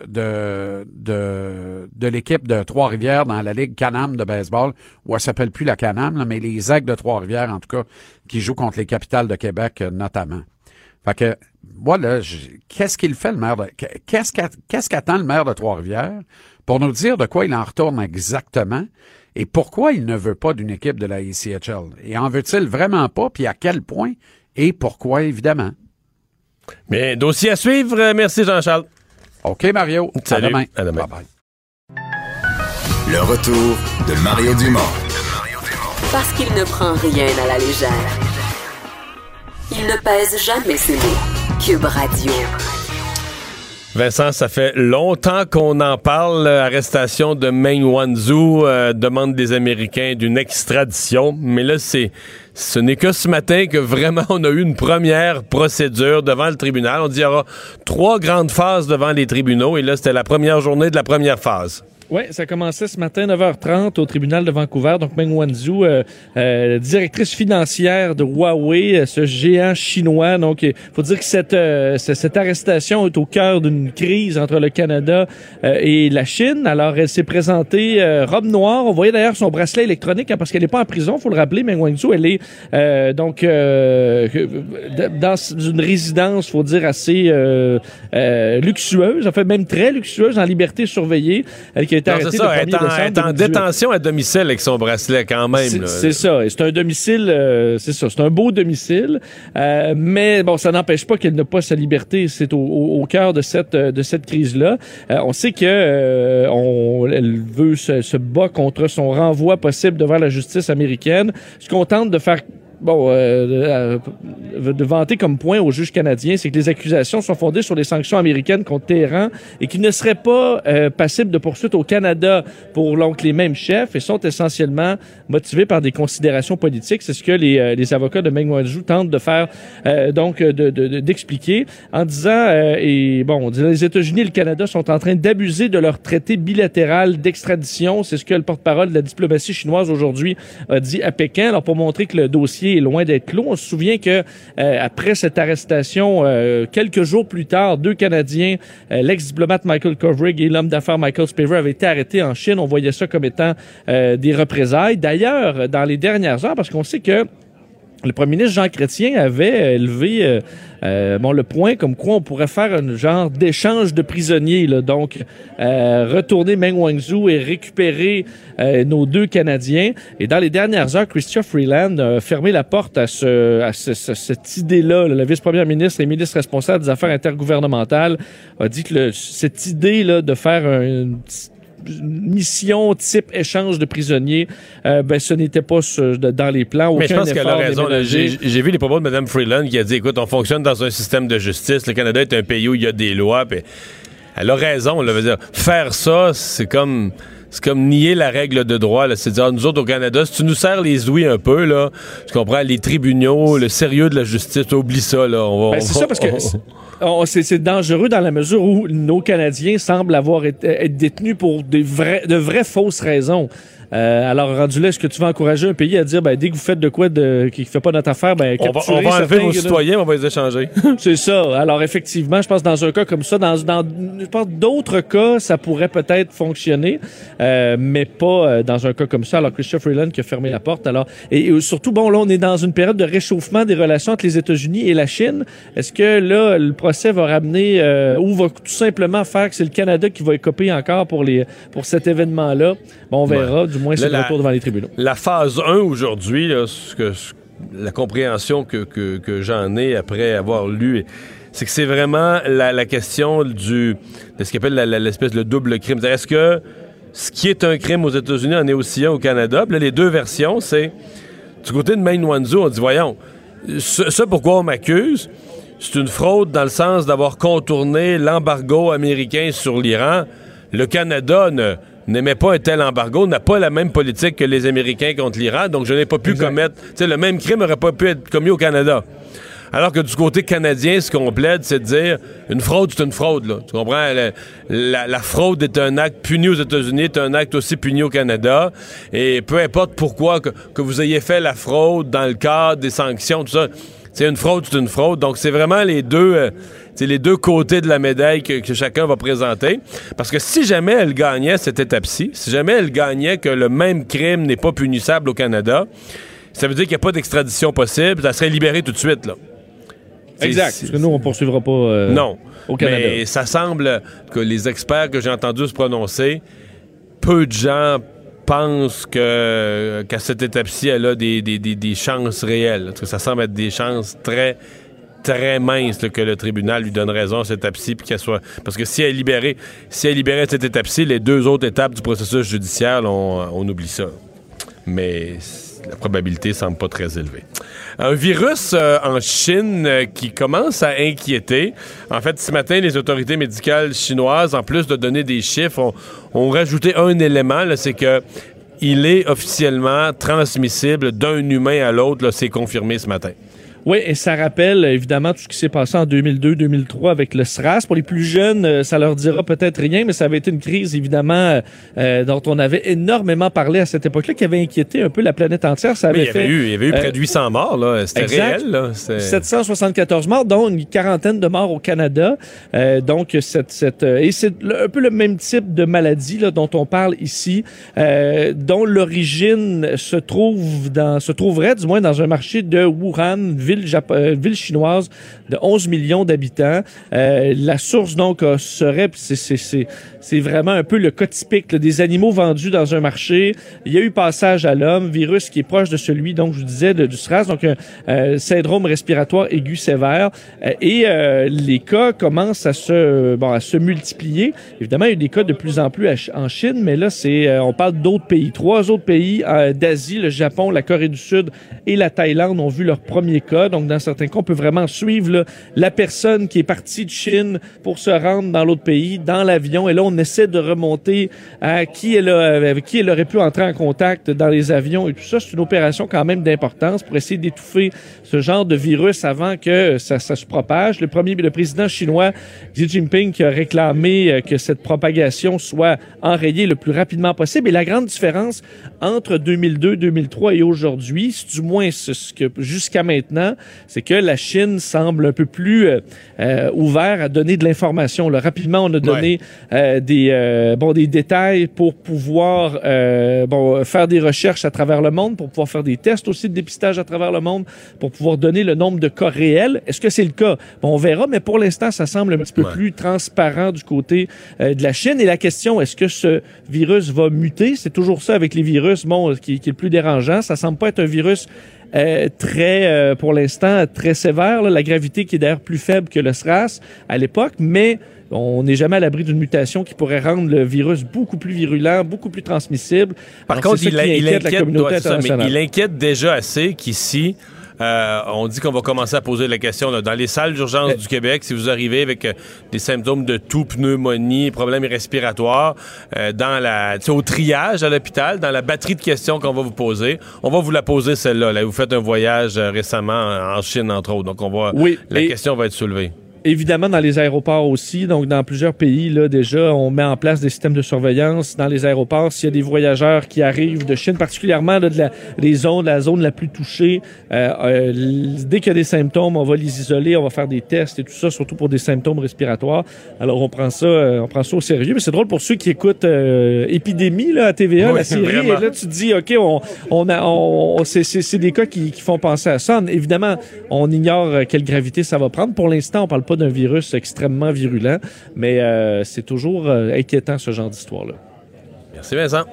l'équipe de Trois-Rivières dans la Ligue Can-Am de baseball, où elle s'appelle plus la Can-Am, là, mais les Aigles de Trois-Rivières, en tout cas, qui jouent contre les Capitales de Québec notamment. Fait que, moi, là, qu'est-ce qu'il fait, le maire de... Qu'est-ce qu'attend le maire de Trois-Rivières pour nous dire de quoi il en retourne exactement et pourquoi il ne veut pas d'une équipe de la ECHL? Et en veut-il vraiment pas, puis à quel point et pourquoi, évidemment? Mais dossier à suivre. Merci, Jean-Charles. OK, Mario. Salut. À demain. À demain. Bye-bye. Le retour de Mario Dumont. Parce qu'il ne prend rien à la légère. Il ne pèse jamais ses mots. Cube Radio. Vincent, ça fait longtemps qu'on en parle. Arrestation de Meng Wanzhou, demande des Américains d'une extradition. Mais là, ce n'est que ce matin que vraiment on a eu une première procédure devant le tribunal. On dit qu'il y aura 3 grandes phases devant les tribunaux. Et là, c'était la première journée de la première phase. Oui, ça commençait ce matin, 9h30, au tribunal de Vancouver. Donc, Meng Wanzhou, directrice financière de Huawei, ce géant chinois. Donc, il faut dire que cette arrestation est au cœur d'une crise entre le Canada et la Chine. Alors, elle s'est présentée robe noire. On voyait d'ailleurs son bracelet électronique, parce qu'elle n'est pas en prison, il faut le rappeler. Meng Wanzhou, elle est dans une résidence, faut dire, assez luxueuse, en fait, même très luxueuse, en liberté surveillée. Elle qui a été arrêtée le 1er décembre. Elle est en détention à domicile avec son bracelet quand même. C'est ça. C'est un domicile, c'est un beau domicile. Mais bon, ça n'empêche pas qu'elle n'a pas sa liberté. C'est au cœur de cette crise-là. On sait que elle veut se bat contre son renvoi possible devant la justice américaine. Ce qu'on tente de faire de vanter comme point au juge canadien, c'est que les accusations sont fondées sur les sanctions américaines contre Téhéran et qui ne seraient pas passibles de poursuite au Canada pour donc les mêmes chefs et sont essentiellement motivés par des considérations politiques. C'est ce que les avocats de Meng Wanzhou tentent de faire, d'expliquer en disant, les États-Unis et le Canada sont en train d'abuser de leur traité bilatéral d'extradition. C'est ce que le porte-parole de la diplomatie chinoise aujourd'hui a dit à Pékin. Alors, pour montrer que le dossier est loin d'être clos. On se souvient que après cette arrestation, quelques jours plus tard, 2 Canadiens, l'ex-diplomate Michael Kovrig et l'homme d'affaires Michael Spavor avaient été arrêtés en Chine. On voyait ça comme étant des représailles. D'ailleurs, dans les dernières heures, parce qu'on sait que le premier ministre Jean Chrétien avait élevé le point comme quoi on pourrait faire un genre d'échange de prisonniers. Là. Donc, retourner Meng Wanzhou et récupérer nos 2 Canadiens. Et dans les dernières heures, Chrystia Freeland a fermé la porte à cette idée-là. La vice-première ministre et ministre responsable des Affaires intergouvernementales a dit que cette idée-là de faire une mission type échange de prisonniers, ce n'était pas dans les plans. Mais je pense qu'elle a raison. J'ai vu les propos de Mme Freeland qui a dit, écoute, on fonctionne dans un système de justice. Le Canada est un pays où il y a des lois. Pis elle a raison. Là, veut dire, faire ça, c'est comme nier la règle de droit. Là. C'est dire, nous autres au Canada, si tu nous serres les ouïes un peu, là, tu comprends, les tribunaux, le sérieux de la justice, oublie ça. Là, c'est ça parce que c'est dangereux dans la mesure où nos Canadiens semblent être détenus pour de vraies fausses raisons. Alors, rendu là, est-ce que tu vas encourager un pays à dire, dès que vous faites de quoi qui ne fait pas notre affaire, on va enlever vos citoyens, on va les échanger. C'est ça. Alors, effectivement, je pense dans un cas comme ça, je pense d'autres cas, ça pourrait peut-être fonctionner, mais pas dans un cas comme ça. Alors, Chrystia Freeland qui a fermé la porte. Alors, et surtout, là, on est dans une période de réchauffement des relations entre les États-Unis et la Chine. Est-ce que là, le procès va ramener ou va tout simplement faire que c'est le Canada qui va écoper encore pour cet événement-là? On verra. Du moins, c'est le retour devant les tribunaux. La phase 1 aujourd'hui, là, la compréhension que j'en ai après avoir lu, c'est que c'est vraiment la question de ce qu'on appelle l'espèce de double crime. Est-ce que ce qui est un crime aux États-Unis en est aussi un au Canada? Puis là, les 2 versions, c'est du côté de Meng Wanzhou, on dit, voyons, ça pourquoi on m'accuse, c'est une fraude dans le sens d'avoir contourné l'embargo américain sur l'Iran. Le Canada n'aimait pas un tel embargo, n'a pas la même politique que les Américains contre l'Iran, donc je n'ai pas pu commettre... le même crime n'aurait pas pu être commis au Canada. Alors que du côté canadien, ce qu'on plaide, c'est de dire une fraude, c'est une fraude. Là. Tu comprends? La fraude est un acte puni aux États-Unis, est un acte aussi puni au Canada. Et peu importe pourquoi que vous ayez fait la fraude dans le cadre des sanctions, tout ça, c'est une fraude, c'est une fraude. Donc c'est vraiment les deux côtés de la médaille que chacun va présenter. Parce que si jamais elle gagnait cette étape-ci, si jamais elle gagnait que le même crime n'est pas punissable au Canada, ça veut dire qu'il n'y a pas d'extradition possible, ça serait libéré tout de suite, là. Exact, parce que nous, on poursuivra pas non, au Canada. Mais ça semble que les experts que j'ai entendus se prononcer, peu de gens pensent qu'à cette étape-ci, elle a des chances réelles. Parce que ça semble être des chances très, très minces là, que le tribunal lui donne raison à cette étape-ci, puis qu'elle soit... Parce que si elle est libérée à cette étape-ci, les 2 autres étapes du processus judiciaire, là, on oublie ça. Mais la probabilité semble pas très élevée. Un virus en Chine qui commence à inquiéter. En fait, ce matin, les autorités médicales chinoises, en plus de donner des chiffres, ont rajouté un élément, là, c'est que il est officiellement transmissible d'un humain à l'autre. Là, c'est confirmé ce matin. Oui, et ça rappelle évidemment tout ce qui s'est passé en 2002-2003 avec le SRAS. Pour les plus jeunes, ça leur dira peut-être rien, mais ça avait été une crise évidemment dont on avait énormément parlé à cette époque-là, qui avait inquiété un peu la planète entière. Ça avait il y avait eu près de 800 morts, là. C'était réel, là. 774 morts, dont une quarantaine de morts au Canada. Donc, et c'est un peu le même type de maladie là, dont on parle ici, dont l'origine se trouverait du moins dans un marché de Wuhan, ville chinoise de 11 millions d'habitants. La source, donc, serait... C'est vraiment un peu le cas typique là, des animaux vendus dans un marché. Il y a eu passage à l'homme, virus qui est proche de celui, donc, je vous disais, du SRAS, donc un syndrome respiratoire aigu sévère. Et les cas commencent à se multiplier. Évidemment, il y a eu des cas de plus en plus en Chine, mais là, on parle d'autres pays. 3 autres pays d'Asie, le Japon, la Corée du Sud et la Thaïlande ont vu leur premier cas. Donc, dans certains cas, on peut vraiment suivre là, la personne qui est partie de Chine pour se rendre dans l'autre pays, dans l'avion. Et là, on essaie de remonter à avec qui elle aurait pu entrer en contact dans les avions et tout ça. C'est une opération quand même d'importance pour essayer d'étouffer ce genre de virus avant que ça se propage. Le président chinois Xi Jinping qui a réclamé que cette propagation soit enrayée le plus rapidement possible. Et la grande différence entre 2002, 2003 et aujourd'hui, du moins ce que jusqu'à maintenant, c'est que la Chine semble un peu plus ouvert à donner de l'information. Là, rapidement, on a donné des détails pour pouvoir faire des recherches à travers le monde, pour pouvoir faire des tests aussi de dépistage à travers le monde, pour pouvoir donner le nombre de cas réels. Est-ce que c'est le cas? Bon, on verra, mais pour l'instant, ça semble un petit peu plus transparent du côté de la Chine. Et la question, est-ce que ce virus va muter? C'est toujours ça avec les virus, qui est le plus dérangeant. Ça semble pas être un virus pour l'instant, très sévère. Là, la gravité qui est d'ailleurs plus faible que le SRAS à l'époque, mais on n'est jamais à l'abri d'une mutation qui pourrait rendre le virus beaucoup plus virulent, beaucoup plus transmissible. Par contre, il inquiète la communauté internationale. Il inquiète déjà assez qu'ici, on dit qu'on va commencer à poser la question là, dans les salles d'urgence du Québec, si vous arrivez avec des symptômes de toux, pneumonie, problèmes respiratoires, au triage à l'hôpital, dans la batterie de questions qu'on va vous poser, on va vous la poser celle-là. Là, vous faites un voyage récemment en Chine, entre autres. Donc, la question va être soulevée. Évidemment, dans les aéroports aussi, donc dans plusieurs pays, là, déjà, on met en place des systèmes de surveillance dans les aéroports. S'il y a des voyageurs qui arrivent de Chine, particulièrement là, la zone la plus touchée, dès qu'il y a des symptômes, on va les isoler, on va faire des tests et tout ça, surtout pour des symptômes respiratoires. Alors, on prend ça au sérieux. Mais c'est drôle pour ceux qui écoutent Épidémie là, à TVA, la série. Vraiment. Et là, tu te dis, OK, c'est des cas qui font penser à ça. Évidemment, on ignore quelle gravité ça va prendre. Pour l'instant, on parle pas d'un virus extrêmement virulent, mais c'est toujours inquiétant ce genre d'histoire-là. Merci Vincent.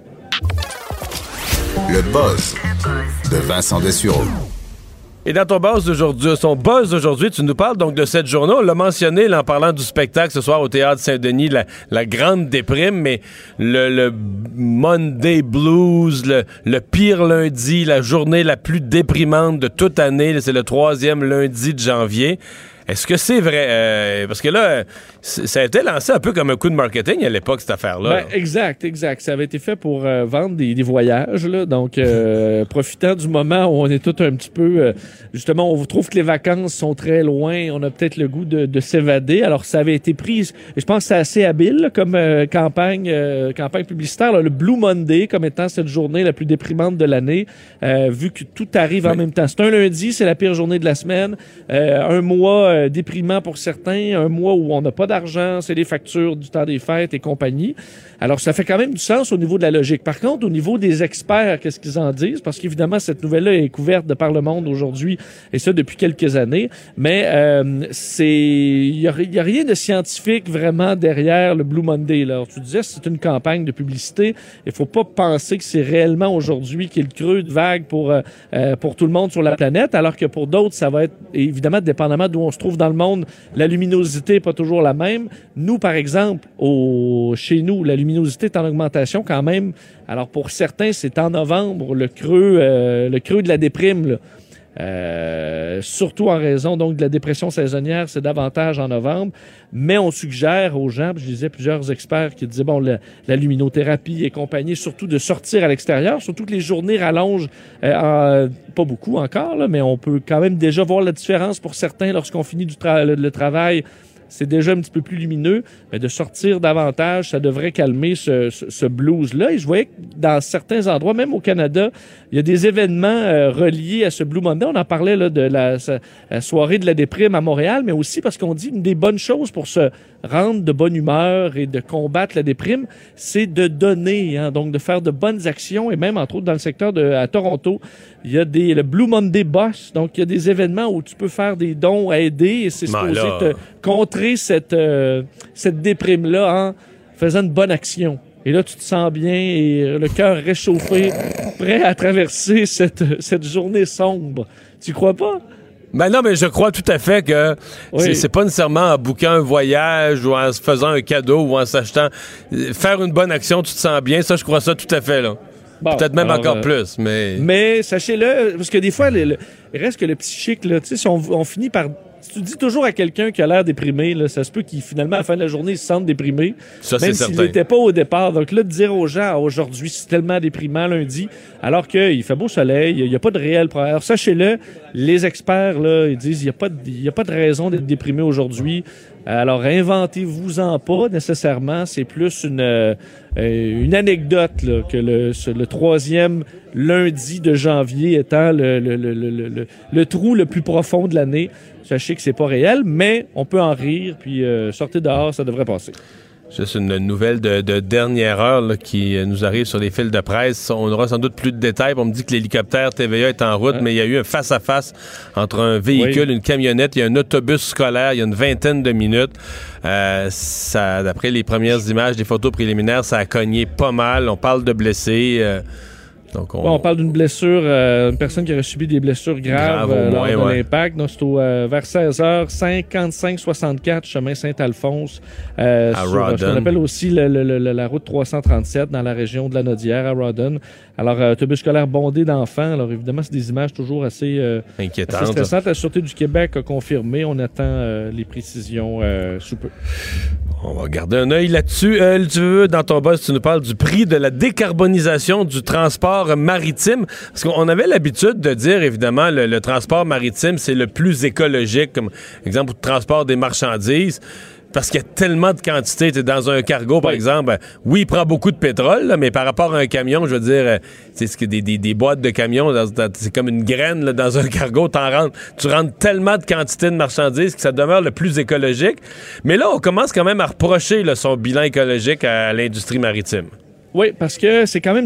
Le buzz de Vincent Dessureau. Et dans ton buzz d'aujourd'hui, tu nous parles donc de cette journée. On l'a mentionné là, en parlant du spectacle ce soir au Théâtre Saint-Denis, la grande déprime, mais le Monday Blues, le pire lundi, la journée la plus déprimante de toute année, c'est le 3e lundi de janvier. Est-ce que c'est vrai? Parce que là, ça a été lancé un peu comme un coup de marketing à l'époque, cette affaire-là. Exact. Ça avait été fait pour vendre des voyages. Là. Donc, profitant du moment où on est tout un petit peu... justement, on trouve que les vacances sont très loin. On a peut-être le goût de s'évader. Alors, ça avait été pris... Je pense que c'est assez habile là, comme campagne publicitaire. Là, le Blue Monday comme étant cette journée la plus déprimante de l'année, vu que tout arrive en même temps. C'est un lundi, c'est la pire journée de la semaine. Un mois... mois déprimant pour certains, un mois où on n'a pas d'argent, c'est les factures du temps des fêtes et compagnie. Alors, ça fait quand même du sens au niveau de la logique. Par contre, au niveau des experts, qu'est-ce qu'ils en disent? Parce qu'évidemment, cette nouvelle-là est couverte de par le monde aujourd'hui, et ça depuis quelques années. Mais il y a rien de scientifique vraiment derrière le Blue Monday. Là. Alors, tu disais, c'est une campagne de publicité. Il faut pas penser que c'est réellement aujourd'hui qu'il y a le creux de vague pour tout le monde sur la planète, alors que pour d'autres, ça va être évidemment dépendamment d'où on se trouve dans le monde. La luminosité n'est pas toujours la même. Nous, par exemple, chez nous, la luminosité est en augmentation quand même. Alors pour certains, c'est en novembre le creux de la déprime. Là. Surtout en raison donc de la dépression saisonnière, c'est davantage en novembre. Mais on suggère aux gens, je disais plusieurs experts qui disaient la luminothérapie et compagnie, surtout de sortir à l'extérieur, surtout que les journées rallongent pas beaucoup encore, là, mais on peut quand même déjà voir la différence pour certains lorsqu'on finit le travail. C'est déjà un petit peu plus lumineux, mais de sortir davantage, ça devrait calmer ce blues-là. Et je voyais que dans certains endroits, même au Canada, il y a des événements reliés à ce Blue Monday. On en parlait là, de la soirée de la déprime à Montréal, mais aussi parce qu'on dit une des bonnes choses pour se rendre de bonne humeur et de combattre la déprime, c'est de donner, donc de faire de bonnes actions. Et même, entre autres, dans le secteur à Toronto, il y a le Blue Monday Boss. Donc, il y a des événements où tu peux faire des dons à aider et c'est supposé te contrer cette déprime-là en faisant une bonne action. Et là, tu te sens bien et le cœur réchauffé, prêt à traverser cette journée sombre. Tu crois pas? Ben non, mais je crois tout à fait que c'est pas nécessairement en bouquant un voyage ou en se faisant un cadeau ou en s'achetant. Faire une bonne action, tu te sens bien. Ça, je crois ça tout à fait, là. Bon, peut-être même encore plus, mais... Mais sachez-le, parce que des fois, il reste que le psychique, là, tu sais, si on finit par... Si tu dis toujours à quelqu'un qui a l'air déprimé, là, ça se peut qu'il, finalement, à la fin de la journée, il se sente déprimé. Ça, même s'il n'était pas au départ. Donc là, de dire aux gens, aujourd'hui, c'est tellement déprimant lundi, alors qu'il fait beau soleil, il n'y a pas de réel problème. Alors, sachez-le, les experts, là, ils disent, il n'y a pas de raison d'être déprimé aujourd'hui. Alors, inventez-vous-en pas nécessairement. C'est plus une anecdote là, que le troisième lundi de janvier étant le trou le plus profond de l'année. Sachez que c'est pas réel, mais on peut en rire, puis sortez dehors, ça devrait passer. Juste une nouvelle de dernière heure là, qui nous arrive sur les fils de presse. On aura sans doute plus de détails. On me dit que l'hélicoptère TVA est en route, mais il y a eu un face-à-face entre un véhicule, une camionnette, il y a un autobus scolaire, il y a une vingtaine de minutes. Ça, d'après les premières images, des photos préliminaires, ça a cogné pas mal. On parle de blessés. Donc on parle d'une blessure, une personne qui aurait subi des blessures graves lors de l'impact. Donc, c'est vers 16h, 55-64, chemin Saint-Alphonse, sur ce qu'on appelle aussi la route 337 dans la région de la Nodière, à Rawdon. Alors, autobus scolaire bondé d'enfants. Alors, évidemment, c'est des images toujours assez inquiétantes. Assez stressantes. La Sûreté du Québec a confirmé. On attend les précisions sous peu. On va garder un œil là-dessus. Tu veux, dans ton boss, tu nous parles du prix de la décarbonisation du transport maritime. Parce qu'on avait l'habitude de dire, évidemment, le transport maritime, c'est le plus écologique, comme exemple, le transport des marchandises. Parce qu'il y a tellement de quantité. Dans un cargo, par exemple, oui, il prend beaucoup de pétrole, là, mais par rapport à un camion, je veux dire, c'est des boîtes de camions, c'est comme une graine là, dans un cargo. Tu rentres tellement de quantité de marchandises que ça demeure le plus écologique. Mais là, on commence quand même à reprocher là, son bilan écologique à l'industrie maritime. Oui, parce que c'est quand même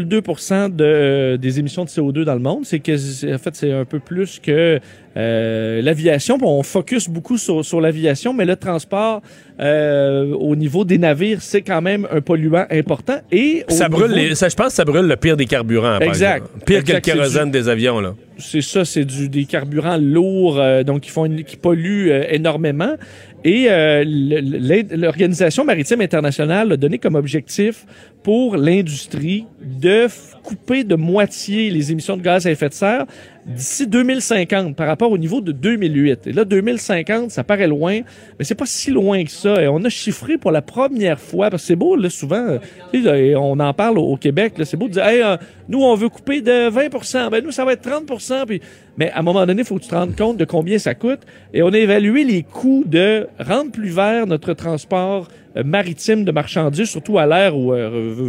2,2% des émissions de CO2 dans le monde. En fait, c'est un peu plus que l'aviation. On focus beaucoup sur l'aviation, mais le transport au niveau des navires, c'est quand même un polluant important. Et ça brûle je pense que ça brûle le pire des carburants. Exact. Pire que le kérosène des avions, là. C'est ça, c'est des carburants lourds, donc qui polluent énormément. Et l'Organisation maritime internationale a donné comme objectif pour l'industrie de couper de moitié les émissions de gaz à effet de serre d'ici 2050 par rapport au niveau de 2008. Et là, 2050, ça paraît loin, mais c'est pas si loin que ça. Et on a chiffré pour la première fois, parce que c'est beau, là, souvent, on en parle au Québec, là, c'est beau de dire, hey, nous, on veut couper de 20%, ben nous, ça va être 30%, puis... Mais à un moment donné, il faut que tu te rendes compte de combien ça coûte. Et on a évalué les coûts de rendre plus vert notre transport maritime de marchandises, surtout à l'ère où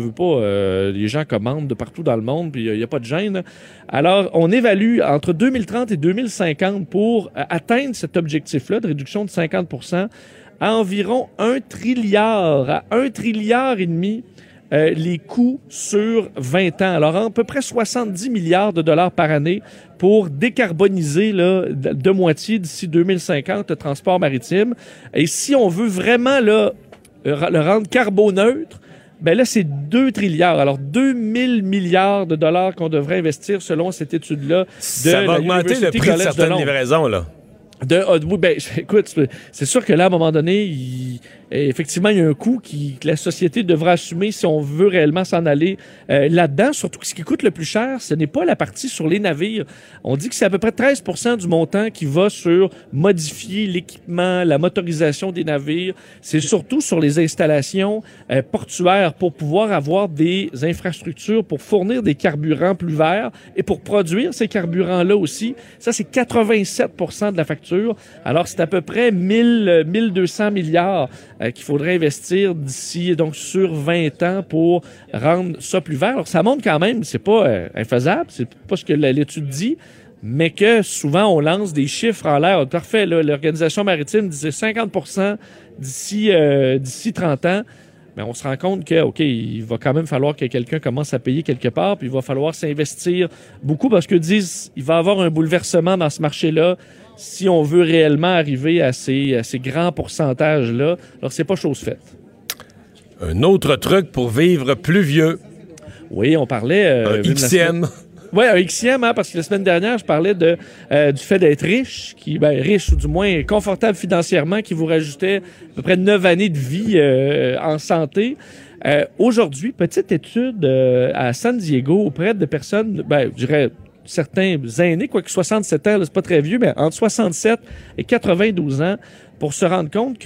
les gens commandent de partout dans le monde, puis il n'y a pas de gêne. Alors, on évalue entre 2030 et 2050 pour atteindre cet objectif-là de réduction de 50% à environ 1 trilliard, à 1,5 trilliard les coûts sur 20 ans. Alors, à peu près 70 milliards de dollars par année pour décarboniser là, de moitié d'ici 2050 le transport maritime. Et si on veut vraiment là, le rendre carboneutre, ben là, c'est 2 trilliards. Alors, 2000 milliards de dollars qu'on devrait investir selon cette étude-là. Ça va augmenter le prix de certaines livraisons, là. Oui, ben, écoute, c'est sûr que là, à un moment donné, effectivement, il y a un coût que la société devra assumer si on veut réellement s'en aller là-dedans. Surtout que ce qui coûte le plus cher, ce n'est pas la partie sur les navires. On dit que c'est à peu près 13% du montant qui va sur modifier l'équipement, la motorisation des navires. C'est surtout sur les installations portuaires pour pouvoir avoir des infrastructures pour fournir des carburants plus verts et pour produire ces carburants-là aussi. Ça, c'est 87% de la facture. Alors, c'est à peu près 1200 milliards qu'il faudrait investir d'ici, donc sur 20 ans pour rendre ça plus vert. Alors, ça montre quand même, c'est pas infaisable, c'est pas ce que l'étude dit, mais que souvent, on lance des chiffres en l'air. Parfait, là, l'Organisation maritime disait 50% d'ici 30 ans. Mais on se rend compte que, OK, il va quand même falloir que quelqu'un commence à payer quelque part, puis il va falloir s'investir beaucoup parce que disent il va y avoir un bouleversement dans ce marché-là si on veut réellement arriver à ces grands pourcentages-là. Alors, c'est pas chose faite. Un autre truc pour vivre plus vieux. Oui, on parlait... un XM. Oui, un XM, hein, parce que la semaine dernière, je parlais du fait d'être riche, riche ou du moins confortable financièrement, qui vous rajoutait à peu près 9 années de vie en santé. Aujourd'hui, petite étude à San Diego auprès de personnes, je dirais certains aînés, quoique 67 ans, là, c'est pas très vieux, mais entre 67 et 92 ans, pour se rendre compte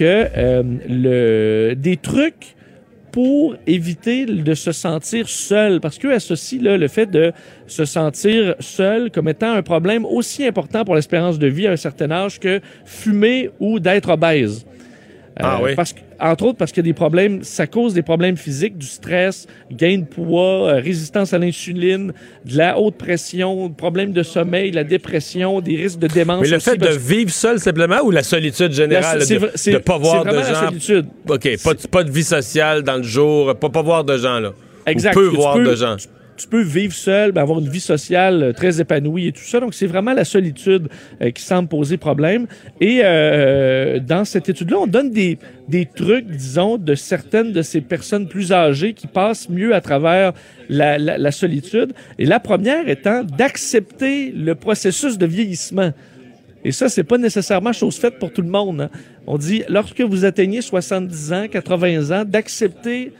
que des trucs pour éviter de se sentir seul, parce qu'eux associent là, le fait de se sentir seul comme étant un problème aussi important pour l'espérance de vie à un certain âge que fumer ou d'être obèse. Oui. Entre autres parce qu'il y a des problèmes, ça cause des problèmes physiques, du stress, gain de poids, résistance à l'insuline, de la haute pression, problèmes de sommeil, la dépression, des risques de démence. Mais le aussi, fait de vivre seul simplement ou la solitude générale, de pas voir de gens? La solitude. OK, pas de vie sociale dans le jour, pas voir de gens, là. Exact. Ou peu voir de gens. Tu peux vivre seul, avoir une vie sociale très épanouie et tout ça. Donc, c'est vraiment la solitude qui semble poser problème. Et dans cette étude-là, on donne des trucs, disons, de certaines de ces personnes plus âgées qui passent mieux à travers la solitude. Et la première étant d'accepter le processus de vieillissement. Et ça, c'est pas nécessairement chose faite pour tout le monde. Hein. On dit, lorsque vous atteignez 70 ans, 80 ans, d'accepter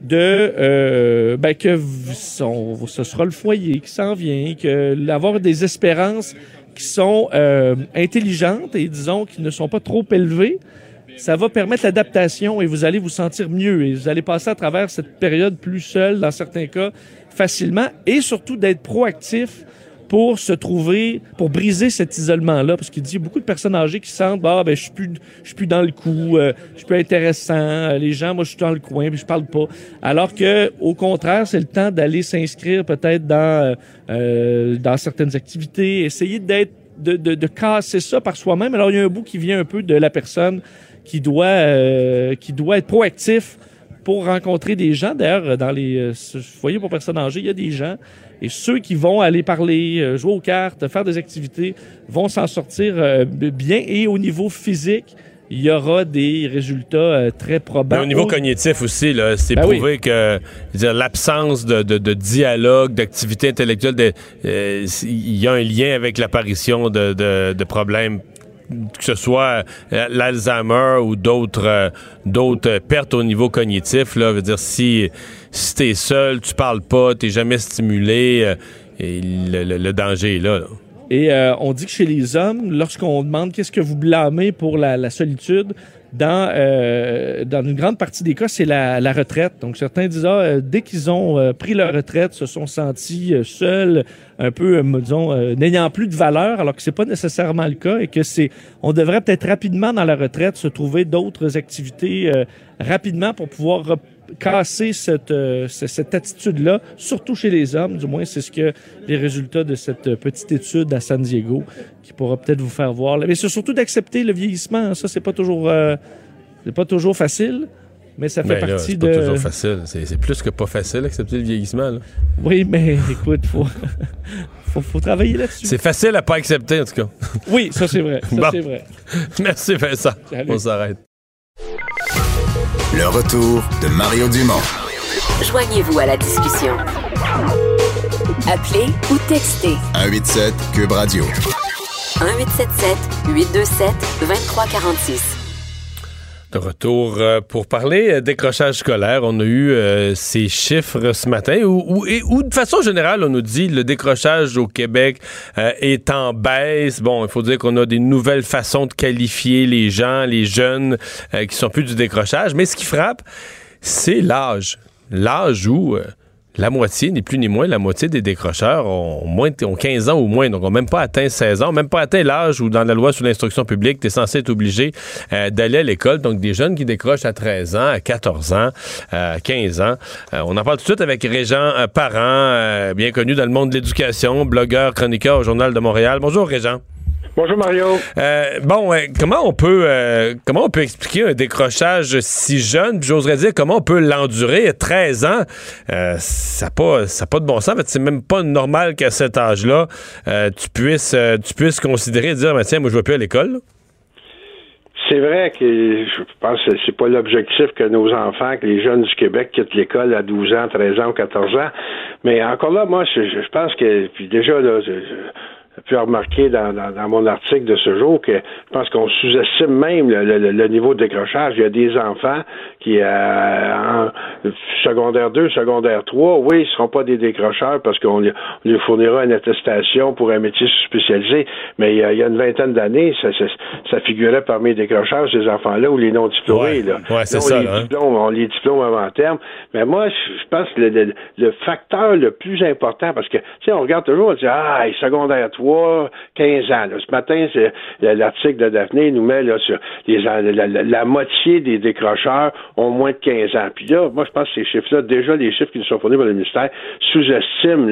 que ce sera le foyer qui s'en vient, avoir des espérances qui sont intelligentes et disons qui ne sont pas trop élevées, ça va permettre l'adaptation et vous allez vous sentir mieux et vous allez passer à travers cette période plus seul dans certains cas facilement et surtout d'être proactif pour pour briser cet isolement-là. Parce qu'il dit, il y a beaucoup de personnes âgées qui sentent, je suis plus dans le coup, je suis plus intéressant, les gens, moi, je suis dans le coin, puis je parle pas. Alors que, au contraire, c'est le temps d'aller s'inscrire peut-être dans certaines activités, essayer de casser ça par soi-même. Alors, il y a un bout qui vient un peu de la personne qui doit être proactif pour rencontrer des gens. D'ailleurs, dans les foyers pour personnes âgées, il y a des gens. Et ceux qui vont aller parler, jouer aux cartes, faire des activités, vont s'en sortir bien. Et au niveau physique, il y aura des résultats très probables. Mais au niveau cognitif aussi, là, c'est prouvé que l'absence de dialogue, d'activité intellectuelle, il y a un lien avec l'apparition de problèmes, que ce soit l'Alzheimer ou d'autres pertes au niveau cognitif. Là, veut dire, si t'es seul, tu parles pas, t'es jamais stimulé, et le danger est là. Et on dit que chez les hommes, lorsqu'on demande qu'est-ce que vous blâmez pour la solitude, dans une grande partie des cas, c'est la retraite. Donc, certains disent, dès qu'ils ont pris leur retraite, se sont sentis seuls, un peu, n'ayant plus de valeur, alors que c'est pas nécessairement le cas et que on devrait peut-être rapidement dans la retraite se trouver d'autres activités rapidement pour pouvoir casser cette attitude-là, surtout chez les hommes. Du moins, c'est ce que les résultats de cette petite étude à San Diego qui pourra peut-être vous faire voir. Mais c'est surtout d'accepter le vieillissement. Ça, c'est pas toujours facile. Mais ça fait partie de... C'est pas toujours facile. C'est plus que pas facile d'accepter le vieillissement. Là. Oui, mais écoute, faut travailler là-dessus. C'est facile à pas accepter, en tout cas. Oui, ça c'est vrai. C'est vrai. Merci Vincent. Salut. On s'arrête. Le retour de Mario Dumont. Joignez-vous à la discussion. Appelez ou textez. 187 Cube Radio. 1877-827-2346. De retour pour parler décrochage scolaire. On a eu ces chiffres ce matin où de façon générale, on nous dit le décrochage au Québec est en baisse. Bon, il faut dire qu'on a des nouvelles façons de qualifier les gens, les jeunes qui sont plus du décrochage. Mais ce qui frappe, c'est l'âge. L'âge où la moitié, ni plus ni moins, la moitié des décrocheurs ont 15 ans ou moins, donc n'ont même pas atteint 16 ans, même pas atteint l'âge où, dans la loi sur l'instruction publique, tu es censé être obligé d'aller à l'école. Donc, des jeunes qui décrochent à 13 ans, à 14 ans, à 15 ans. On en parle tout de suite avec Régent Parent, bien connu dans le monde de l'éducation, blogueur, chroniqueur au Journal de Montréal. Bonjour, Régent. Bonjour Mario. Comment on peut expliquer un décrochage si jeune? J'oserais dire comment on peut l'endurer. 13 ans, ça n'a pas de bon sens. En fait, c'est même pas normal qu'à cet âge-là, tu puisses considérer et dire, tiens, moi je ne vais plus à l'école. Là. C'est vrai que je pense que c'est pas l'objectif que nos enfants, que les jeunes du Québec quittent l'école à 12 ans, 13 ans ou 14 ans. Mais encore là, moi, je pense que, puis déjà, là, j'ai pu remarquer dans mon article de ce jour que je pense qu'on sous-estime même le niveau de décrochage. Il y a des enfants qui, en secondaire 2, secondaire 3, oui, ils ne seront pas des décrocheurs parce qu'on lui fournira une attestation pour un métier spécialisé, mais il y a une vingtaine d'années, ça figurait parmi les décrocheurs, ces enfants-là, ou les non-diplômés. Ouais, c'est ça. Les diplômes avant terme. Mais moi, je pense que le facteur le plus important, parce que, tu sais, on regarde toujours, on dit, secondaire 3, 15 ans. Là. Ce matin, c'est l'article de Daphné nous met là, sur la moitié des décrocheurs ont moins de 15 ans. Puis là, moi, je pense que ces chiffres-là, déjà, les chiffres qui nous sont fournis par le ministère, sous-estiment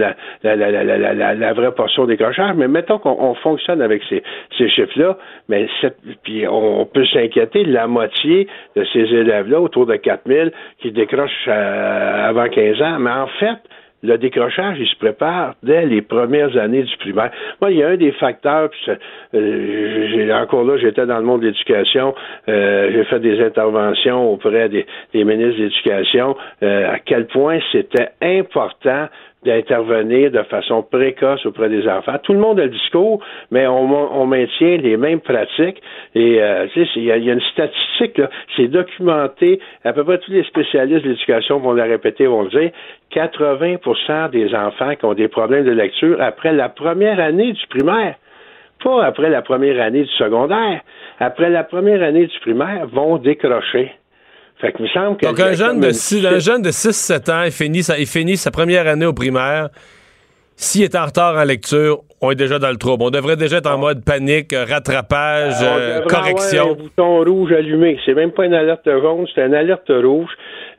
la vraie portion des décrocheurs. Mais mettons qu'on fonctionne avec ces chiffres-là, mais puis on peut s'inquiéter, la moitié de ces élèves-là, autour de 4000, qui décrochent avant 15 ans. Mais en fait, le décrochage, il se prépare dès les premières années du primaire. Moi, il y a un des facteurs, puis encore là, j'étais dans le monde de l'éducation, j'ai fait des interventions auprès des ministres de l'Éducation, à quel point c'était important d'intervenir de façon précoce auprès des enfants. Tout le monde a le discours, mais on maintient les mêmes pratiques. Et tu sais, il y a une statistique, là, c'est documenté. À peu près tous les spécialistes de l'éducation vont la répéter, vont le dire. 80% des enfants qui ont des problèmes de lecture après la première année du primaire, pas après la première année du secondaire, après la première année du primaire, vont décrocher. Fait que, il me semble que donc, un jeune de 6-7 ans, il finit sa première année au primaire. S'il est en retard en lecture, on est déjà dans le trouble. On devrait déjà être en mode panique, rattrapage, correction. Avoir un bouton rouge allumé. C'est même pas une alerte jaune, c'est une alerte rouge.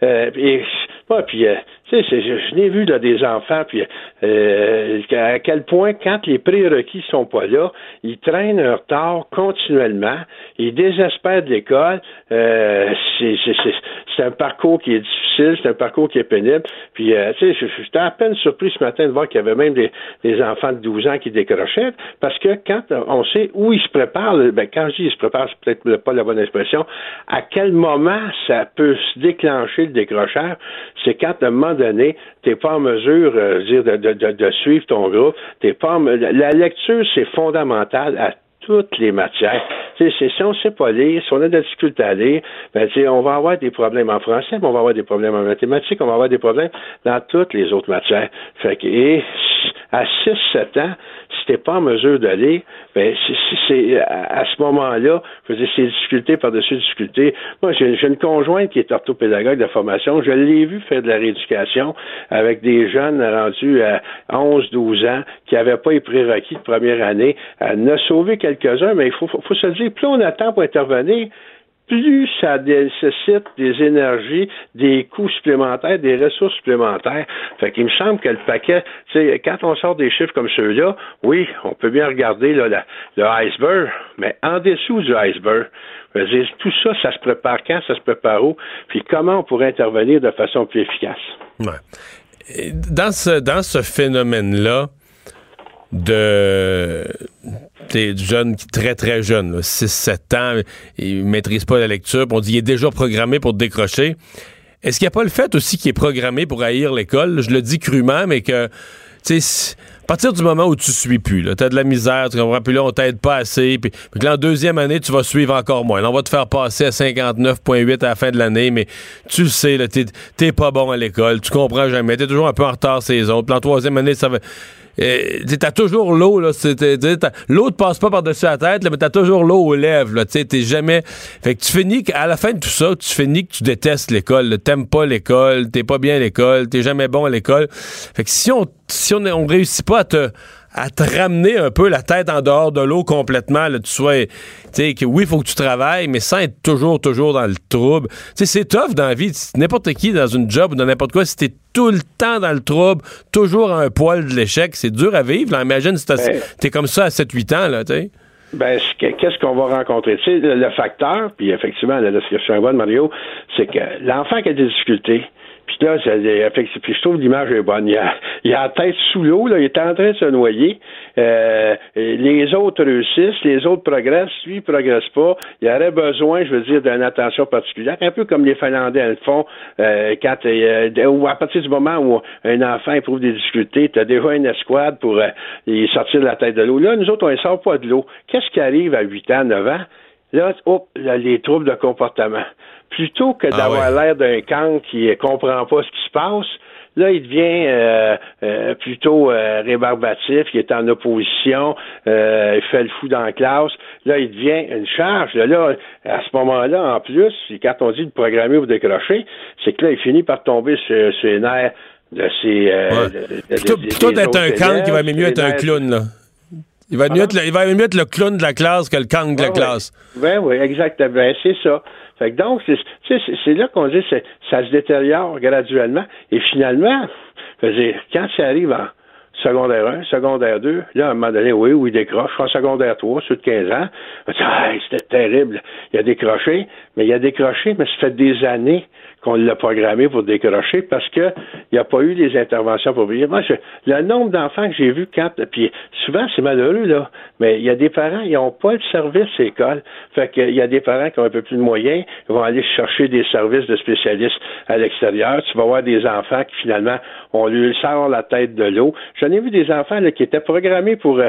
Tu sais, je n'ai vu là, des enfants, puis à quel point, quand les prérequis sont pas là, ils traînent un retard continuellement, ils désespèrent de l'école. C'est un parcours qui est difficile, c'est un parcours qui est pénible. Puis, tu sais, j'étais à peine surpris ce matin de voir qu'il y avait même des enfants de 12 ans qui décrochaient, parce que quand on sait où ils se préparent, quand je dis ils se préparent, c'est peut-être pas la bonne expression, à quel moment ça peut se déclencher le décrochage, c'est quand à un moment donné, t'es pas en mesure de suivre ton groupe, la lecture, c'est fondamental à toutes les matières. Si on ne sait pas lire, si on a de la difficulté à lire, on va avoir des problèmes en français, mais on va avoir des problèmes en mathématiques, on va avoir des problèmes dans toutes les autres matières. Et à 6-7 ans, si t'es pas en mesure de lire, c'est à ce moment-là, je veux dire, c'est difficulté par-dessus difficulté. Moi, j'ai une conjointe qui est orthopédagogue de formation. Je l'ai vu faire de la rééducation avec des jeunes rendus à 11-12 ans qui n'avaient pas les prérequis de première année. Elle en a sauvé quelques-uns, mais il faut se dire, plus on attend pour intervenir, plus ça nécessite des énergies, des coûts supplémentaires, des ressources supplémentaires. Fait qu'il me semble que le paquet, tu sais, quand on sort des chiffres comme ceux-là, oui, on peut bien regarder là, le iceberg, mais en dessous du iceberg, je veux dire, tout ça, ça se prépare quand, ça se prépare où, puis comment on pourrait intervenir de façon plus efficace. Ouais. Et dans ce phénomène-là, du jeune qui est très, très jeune, 6-7 ans, il ne maîtrise pas la lecture, puis on dit qu'il est déjà programmé pour décrocher. Est-ce qu'il n'y a pas le fait aussi qu'il est programmé pour haïr l'école? Je le dis crûment, mais que, tu sais, à partir du moment où tu suis plus, tu as de la misère, tu comprends, puis là, on t'aide pas assez, puis là, en deuxième année, tu vas suivre encore moins. Là, on va te faire passer à 59,8 à la fin de l'année, mais tu le sais, là, t'es pas bon à l'école, tu comprends jamais, t'es toujours un peu en retard sur les autres, puis en troisième année, ça va... t'as toujours l'eau, là. L'eau te passe pas par-dessus la tête, là, mais t'as toujours l'eau aux lèvres, là. T'es jamais. Fait que tu finis à la fin de tout ça, tu finis que tu détestes l'école, là. T'aimes pas l'école, t'es pas bien à l'école, t'es jamais bon à l'école. Fait que si on réussit pas à te ramener un peu la tête en dehors de l'eau complètement, là, tu sois, tu sais, que oui, il faut que tu travailles, mais sans être toujours dans le trouble. Tu sais, c'est tough dans la vie. N'importe qui dans une job ou dans n'importe quoi, si t'es tout le temps dans le trouble, toujours à un poil de l'échec, c'est dur à vivre, là. Imagine si t'es comme ça à 7-8 ans, là, tu sais. Ben, qu'est-ce qu'on va rencontrer? Tu sais, le facteur, puis effectivement, la description de Mario, c'est que l'enfant qui a des difficultés, puis là, puis je trouve l'image est bonne. Il a la tête sous l'eau, là, il est en train de se noyer. Les autres réussissent, les autres progressent, lui, il progresse pas. Il aurait besoin, je veux dire, d'une attention particulière, un peu comme les Finlandais le font, ou à partir du moment où un enfant éprouve des difficultés, tu as déjà une escouade pour y sortir de la tête de l'eau. Là, nous autres, on ne sort pas de l'eau. Qu'est-ce qui arrive à 8 ans, 9 ans? Là, les troubles de comportement. Plutôt que d'avoir l'air d'un can qui comprend pas ce qui se passe, là, il devient plutôt rébarbatif, il est en opposition, il fait le fou dans la classe. Là, il devient une charge. Là, à ce moment-là, en plus, quand on dit de programmer ou de décrocher, c'est que là, il finit par tomber sur les nerfs de ses... Plutôt d'être un can qui va mieux être un clown, là. Il va mieux être le clown de la classe que le can de la classe. Oui, exactement. Ben, c'est ça. Fait que donc, c'est là qu'on dit que ça se détériore graduellement. Et finalement, quand ça arrive en secondaire 1, secondaire 2, là, à un moment donné, oui, où il décroche, en secondaire 3, ceux de 15 ans, on dit, c'était terrible. Il a décroché, mais ça fait des années qu'on l'a programmé pour décrocher parce que il n'y a pas eu les interventions pour venir. Moi, le nombre d'enfants que j'ai vus puis souvent, c'est malheureux, là, mais il y a des parents, ils n'ont pas le service à l'école. Fait qu'il y a des parents qui ont un peu plus de moyens, ils vont aller chercher des services de spécialistes à l'extérieur. Tu vas voir des enfants qui, finalement, on lui sort la tête de l'eau. J'en ai vu des enfants là, qui étaient programmés pour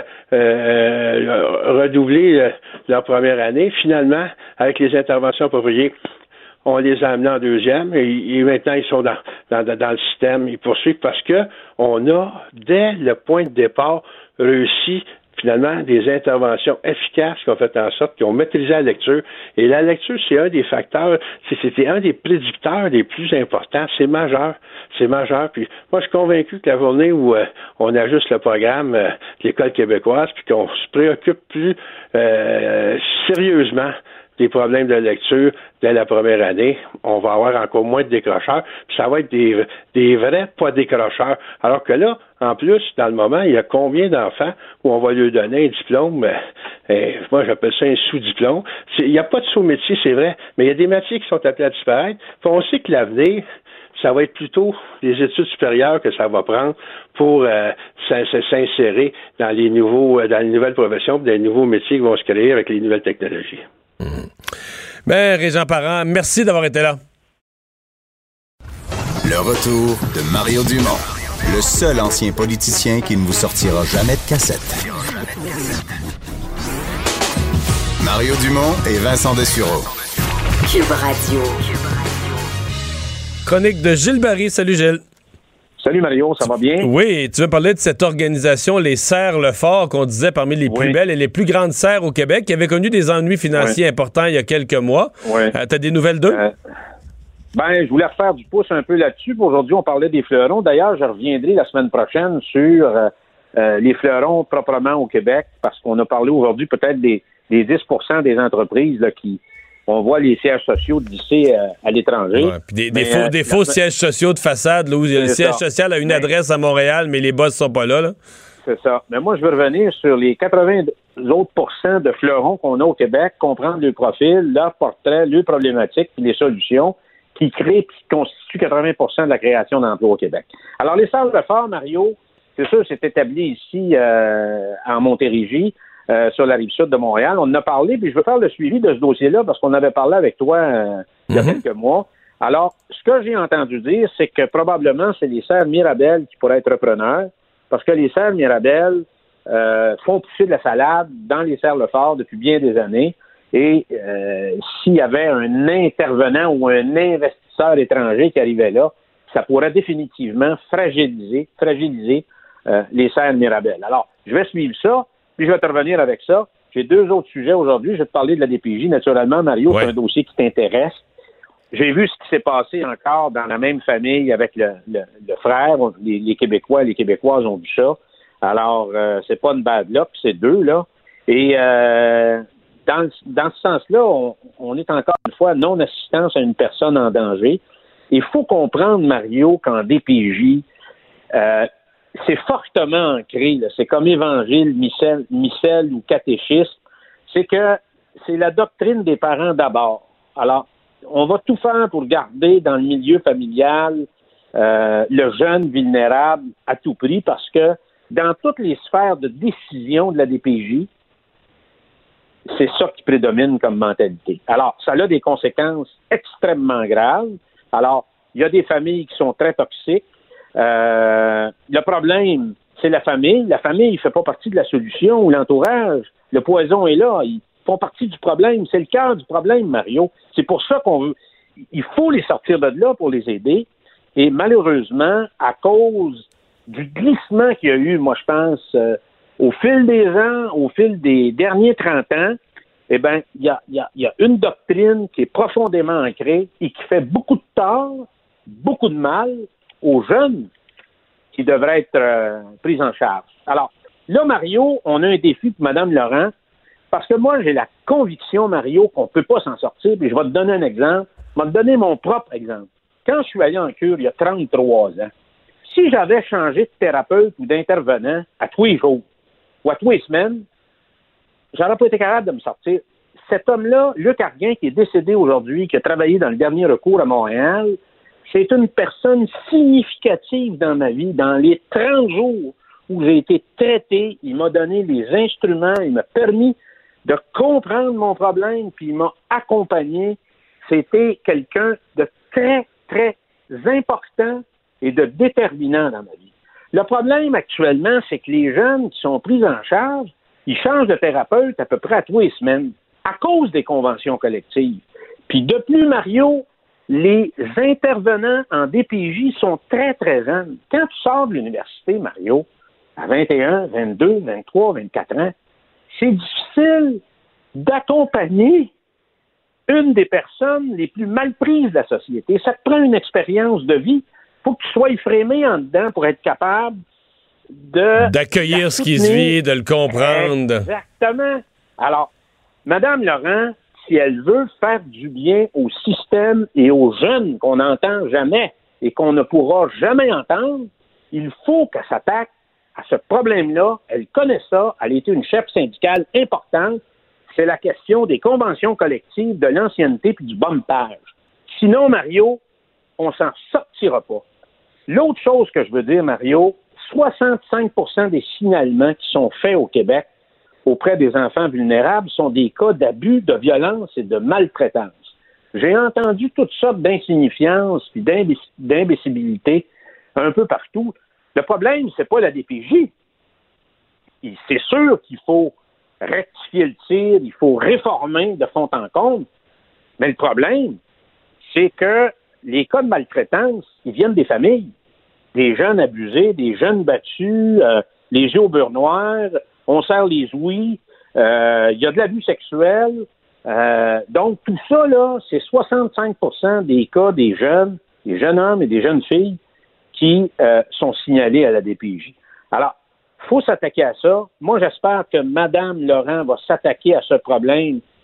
redoubler leur première année. Finalement, avec les interventions appropriées, on les a amenés en deuxième et maintenant ils sont dans le système. Ils poursuivent parce que on a, dès le point de départ, réussi finalement des interventions efficaces qui ont fait en sorte qu'ils ont maîtrisé la lecture. Et la lecture, c'est un des facteurs, c'était un des prédicteurs les plus importants. C'est majeur. Puis moi, je suis convaincu que la journée où on ajuste le programme de l'École québécoise puis qu'on se préoccupe plus sérieusement des problèmes de lecture dès la première année, on va avoir encore moins de décrocheurs, puis ça va être des vrais pas décrocheurs. Alors que là, en plus, dans le moment, il y a combien d'enfants où on va lui donner un diplôme, moi j'appelle ça un sous-diplôme. Il n'y a pas de sous-métier, c'est vrai, mais il y a des métiers qui sont appelés à disparaître. Puis on sait que l'avenir, ça va être plutôt les études supérieures que ça va prendre pour s'insérer dans les nouvelles professions, dans les nouveaux métiers qui vont se créer avec les nouvelles technologies. Ben, Régent Parent, merci d'avoir été là. Le retour de Mario Dumont, le seul ancien politicien qui ne vous sortira jamais de cassette. Mario Dumont et Vincent Dessureau. Cube Radio. Chronique de Gilles Barry. Salut Gilles. Salut Mario, ça va bien? Oui, tu veux parler de cette organisation, les Serres-Lefort, qu'on disait parmi les plus belles et les plus grandes serres au Québec, qui avait connu des ennuis financiers importants il y a quelques mois. T'as des nouvelles d'eux? Je voulais refaire du pouce un peu là-dessus. Aujourd'hui, on parlait des fleurons. D'ailleurs, je reviendrai la semaine prochaine sur les fleurons proprement au Québec, parce qu'on a parlé aujourd'hui peut-être des 10% des entreprises là, qui on voit les sièges sociaux glissés à l'étranger. Ouais, puis des faux sièges sociaux de façade, là, où le siège social a une adresse à Montréal, mais les boss sont pas là. C'est ça. Mais moi, je veux revenir sur les 80 autres % de fleurons qu'on a au Québec, comprendre le profil, leur portrait, leurs problématiques, puis les solutions qui créent, qui constituent 80 % de la création d'emplois au Québec. Alors, les salles de fort, Mario, c'est sûr, c'est établi ici en Montérégie, sur la rive sud de Montréal. On en a parlé, puis je veux faire le suivi de ce dossier-là parce qu'on avait parlé avec toi il y a quelques mois. Alors, ce que j'ai entendu dire, c'est que probablement, c'est les serres Mirabel qui pourraient être repreneurs, parce que les serres Mirabel font pousser de la salade dans les serres Lefort depuis bien des années. Et s'il y avait un intervenant ou un investisseur étranger qui arrivait là, ça pourrait définitivement fragiliser les serres Mirabel. Alors, je vais suivre ça, puis je vais te revenir avec ça. J'ai 2 autres sujets aujourd'hui. Je vais te parler de la DPJ, naturellement, Mario, c'est un dossier qui t'intéresse. J'ai vu ce qui s'est passé encore dans la même famille avec le frère. Les Québécois et les Québécoises ont vu ça. Alors, c'est pas une bad luck, c'est 2, là. Et dans ce sens-là, on est encore une fois non-assistance à une personne en danger. Il faut comprendre, Mario, qu'en DPJ, c'est fortement ancré, là. C'est comme évangile, missel ou catéchisme. C'est que c'est la doctrine des parents d'abord. Alors, on va tout faire pour garder dans le milieu familial le jeune vulnérable à tout prix parce que dans toutes les sphères de décision de la DPJ, c'est ça qui prédomine comme mentalité. Alors, ça a des conséquences extrêmement graves. Alors, il y a des familles qui sont très toxiques. Le problème, c'est la famille. La famille ne fait pas partie de la solution ou l'entourage. Le poison est là. Ils font partie du problème. C'est le cœur du problème, Mario. C'est pour ça il faut les sortir de là pour les aider. Et malheureusement, à cause du glissement qu'il y a eu, moi, je pense, au fil des ans, au fil des derniers 30 ans, eh bien, il y a une doctrine qui est profondément ancrée et qui fait beaucoup de tort, beaucoup de mal aux jeunes qui devraient être pris en charge. Alors, là, Mario, on a un défi pour Mme Laurent, parce que moi, j'ai la conviction, Mario, qu'on ne peut pas s'en sortir, puis je vais te donner un exemple. Je vais te donner mon propre exemple. Quand je suis allé en cure il y a 33 ans, si j'avais changé de thérapeute ou d'intervenant à tous les jours ou à tous les semaines, j'aurais pas été capable de me sortir. Cet homme-là, Luc Arguin, qui est décédé aujourd'hui, qui a travaillé dans le dernier recours à Montréal, c'est une personne significative dans ma vie. Dans les 30 jours où j'ai été traité, il m'a donné les instruments, il m'a permis de comprendre mon problème, puis il m'a accompagné. C'était quelqu'un de très, très important et de déterminant dans ma vie. Le problème actuellement, c'est que les jeunes qui sont pris en charge, ils changent de thérapeute à peu près à 3 semaines à cause des conventions collectives. Puis de plus, Mario, les intervenants en DPJ sont très, très jeunes. Quand tu sors de l'université, Mario, à 21, 22, 23, 24 ans, c'est difficile d'accompagner une des personnes les plus mal prises de la société. Ça te prend une expérience de vie. Il faut que tu sois effrémé en dedans pour être capable d'accueillir ce qui se vit, de le comprendre. Exactement. Alors, Mme Laurent, si elle veut faire du bien au système et aux jeunes qu'on n'entend jamais et qu'on ne pourra jamais entendre, il faut qu'elle s'attaque à ce problème-là. Elle connaît ça. Elle a été une chef syndicale importante. C'est la question des conventions collectives, de l'ancienneté puis du bumpage. Sinon, Mario, on s'en sortira pas. L'autre chose que je veux dire, Mario, 65% des signalements qui sont faits au Québec auprès des enfants vulnérables sont des cas d'abus, de violence et de maltraitance. J'ai entendu toutes sortes d'insignifiances puis d'imbécilité un peu partout. Le problème, c'est pas la DPJ. C'est sûr qu'il faut rectifier le tir, il faut réformer de fond en comble, mais le problème, c'est que les cas de maltraitance, ils viennent des familles. Des jeunes abusés, des jeunes battus, les yeux au beurre noir, on serre les ouïes, il y a de l'abus sexuel. Donc, tout ça, là, c'est 65% des cas des jeunes hommes et des jeunes filles qui sont signalés à la DPJ. Alors, il faut s'attaquer à ça. Moi, j'espère que Mme Laurent va s'attaquer à ce problème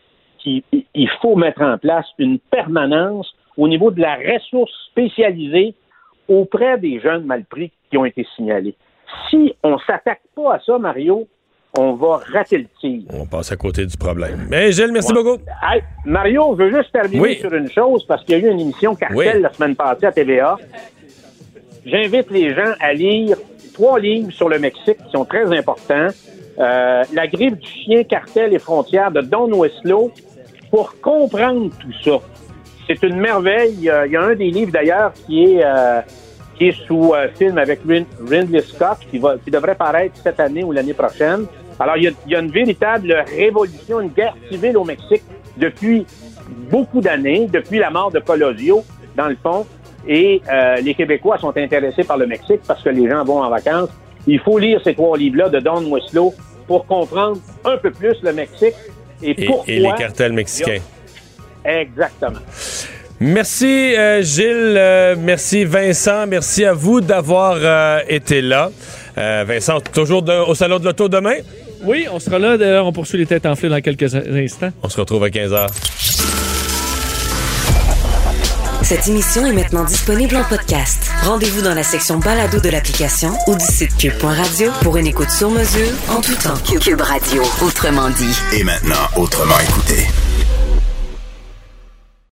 qu'il faut mettre en place une permanence au niveau de la ressource spécialisée auprès des jeunes mal pris qui ont été signalés. Si on ne s'attaque pas à ça, Mario, on va rater le tir. On passe à côté du problème. Mais Gilles, merci beaucoup. Hey, Mario, je veux juste terminer sur une chose, parce qu'il y a eu une émission Cartel la semaine passée à TVA. J'invite les gens à lire 3 livres sur le Mexique qui sont très importants. La griffe du chien, Cartel et frontières de Don Winslow, pour comprendre tout ça. C'est une merveille. Il y a un des livres, d'ailleurs, qui est sous film avec Ridley Scott, qui devrait paraître cette année ou l'année prochaine. Alors, il y a une véritable révolution, une guerre civile au Mexique depuis beaucoup d'années, depuis la mort de Colosio, dans le fond. Et les Québécois sont intéressés par le Mexique parce que les gens vont en vacances. Il faut lire ces 3 livres-là de Don Winslow pour comprendre un peu plus le Mexique et pourquoi... Et les cartels mexicains. Exactement. Merci Gilles, merci Vincent, merci à vous d'avoir été là. Vincent, toujours au Salon de l'Auto demain? Oui, on sera là. D'ailleurs, on poursuit les têtes enflées dans quelques instants. On se retrouve à 15h. Cette émission est maintenant disponible en podcast. Rendez-vous dans la section balado de l'application ou du site cube.radio pour une écoute sur mesure en tout temps. Cube Radio, autrement dit. Et maintenant, autrement écouté.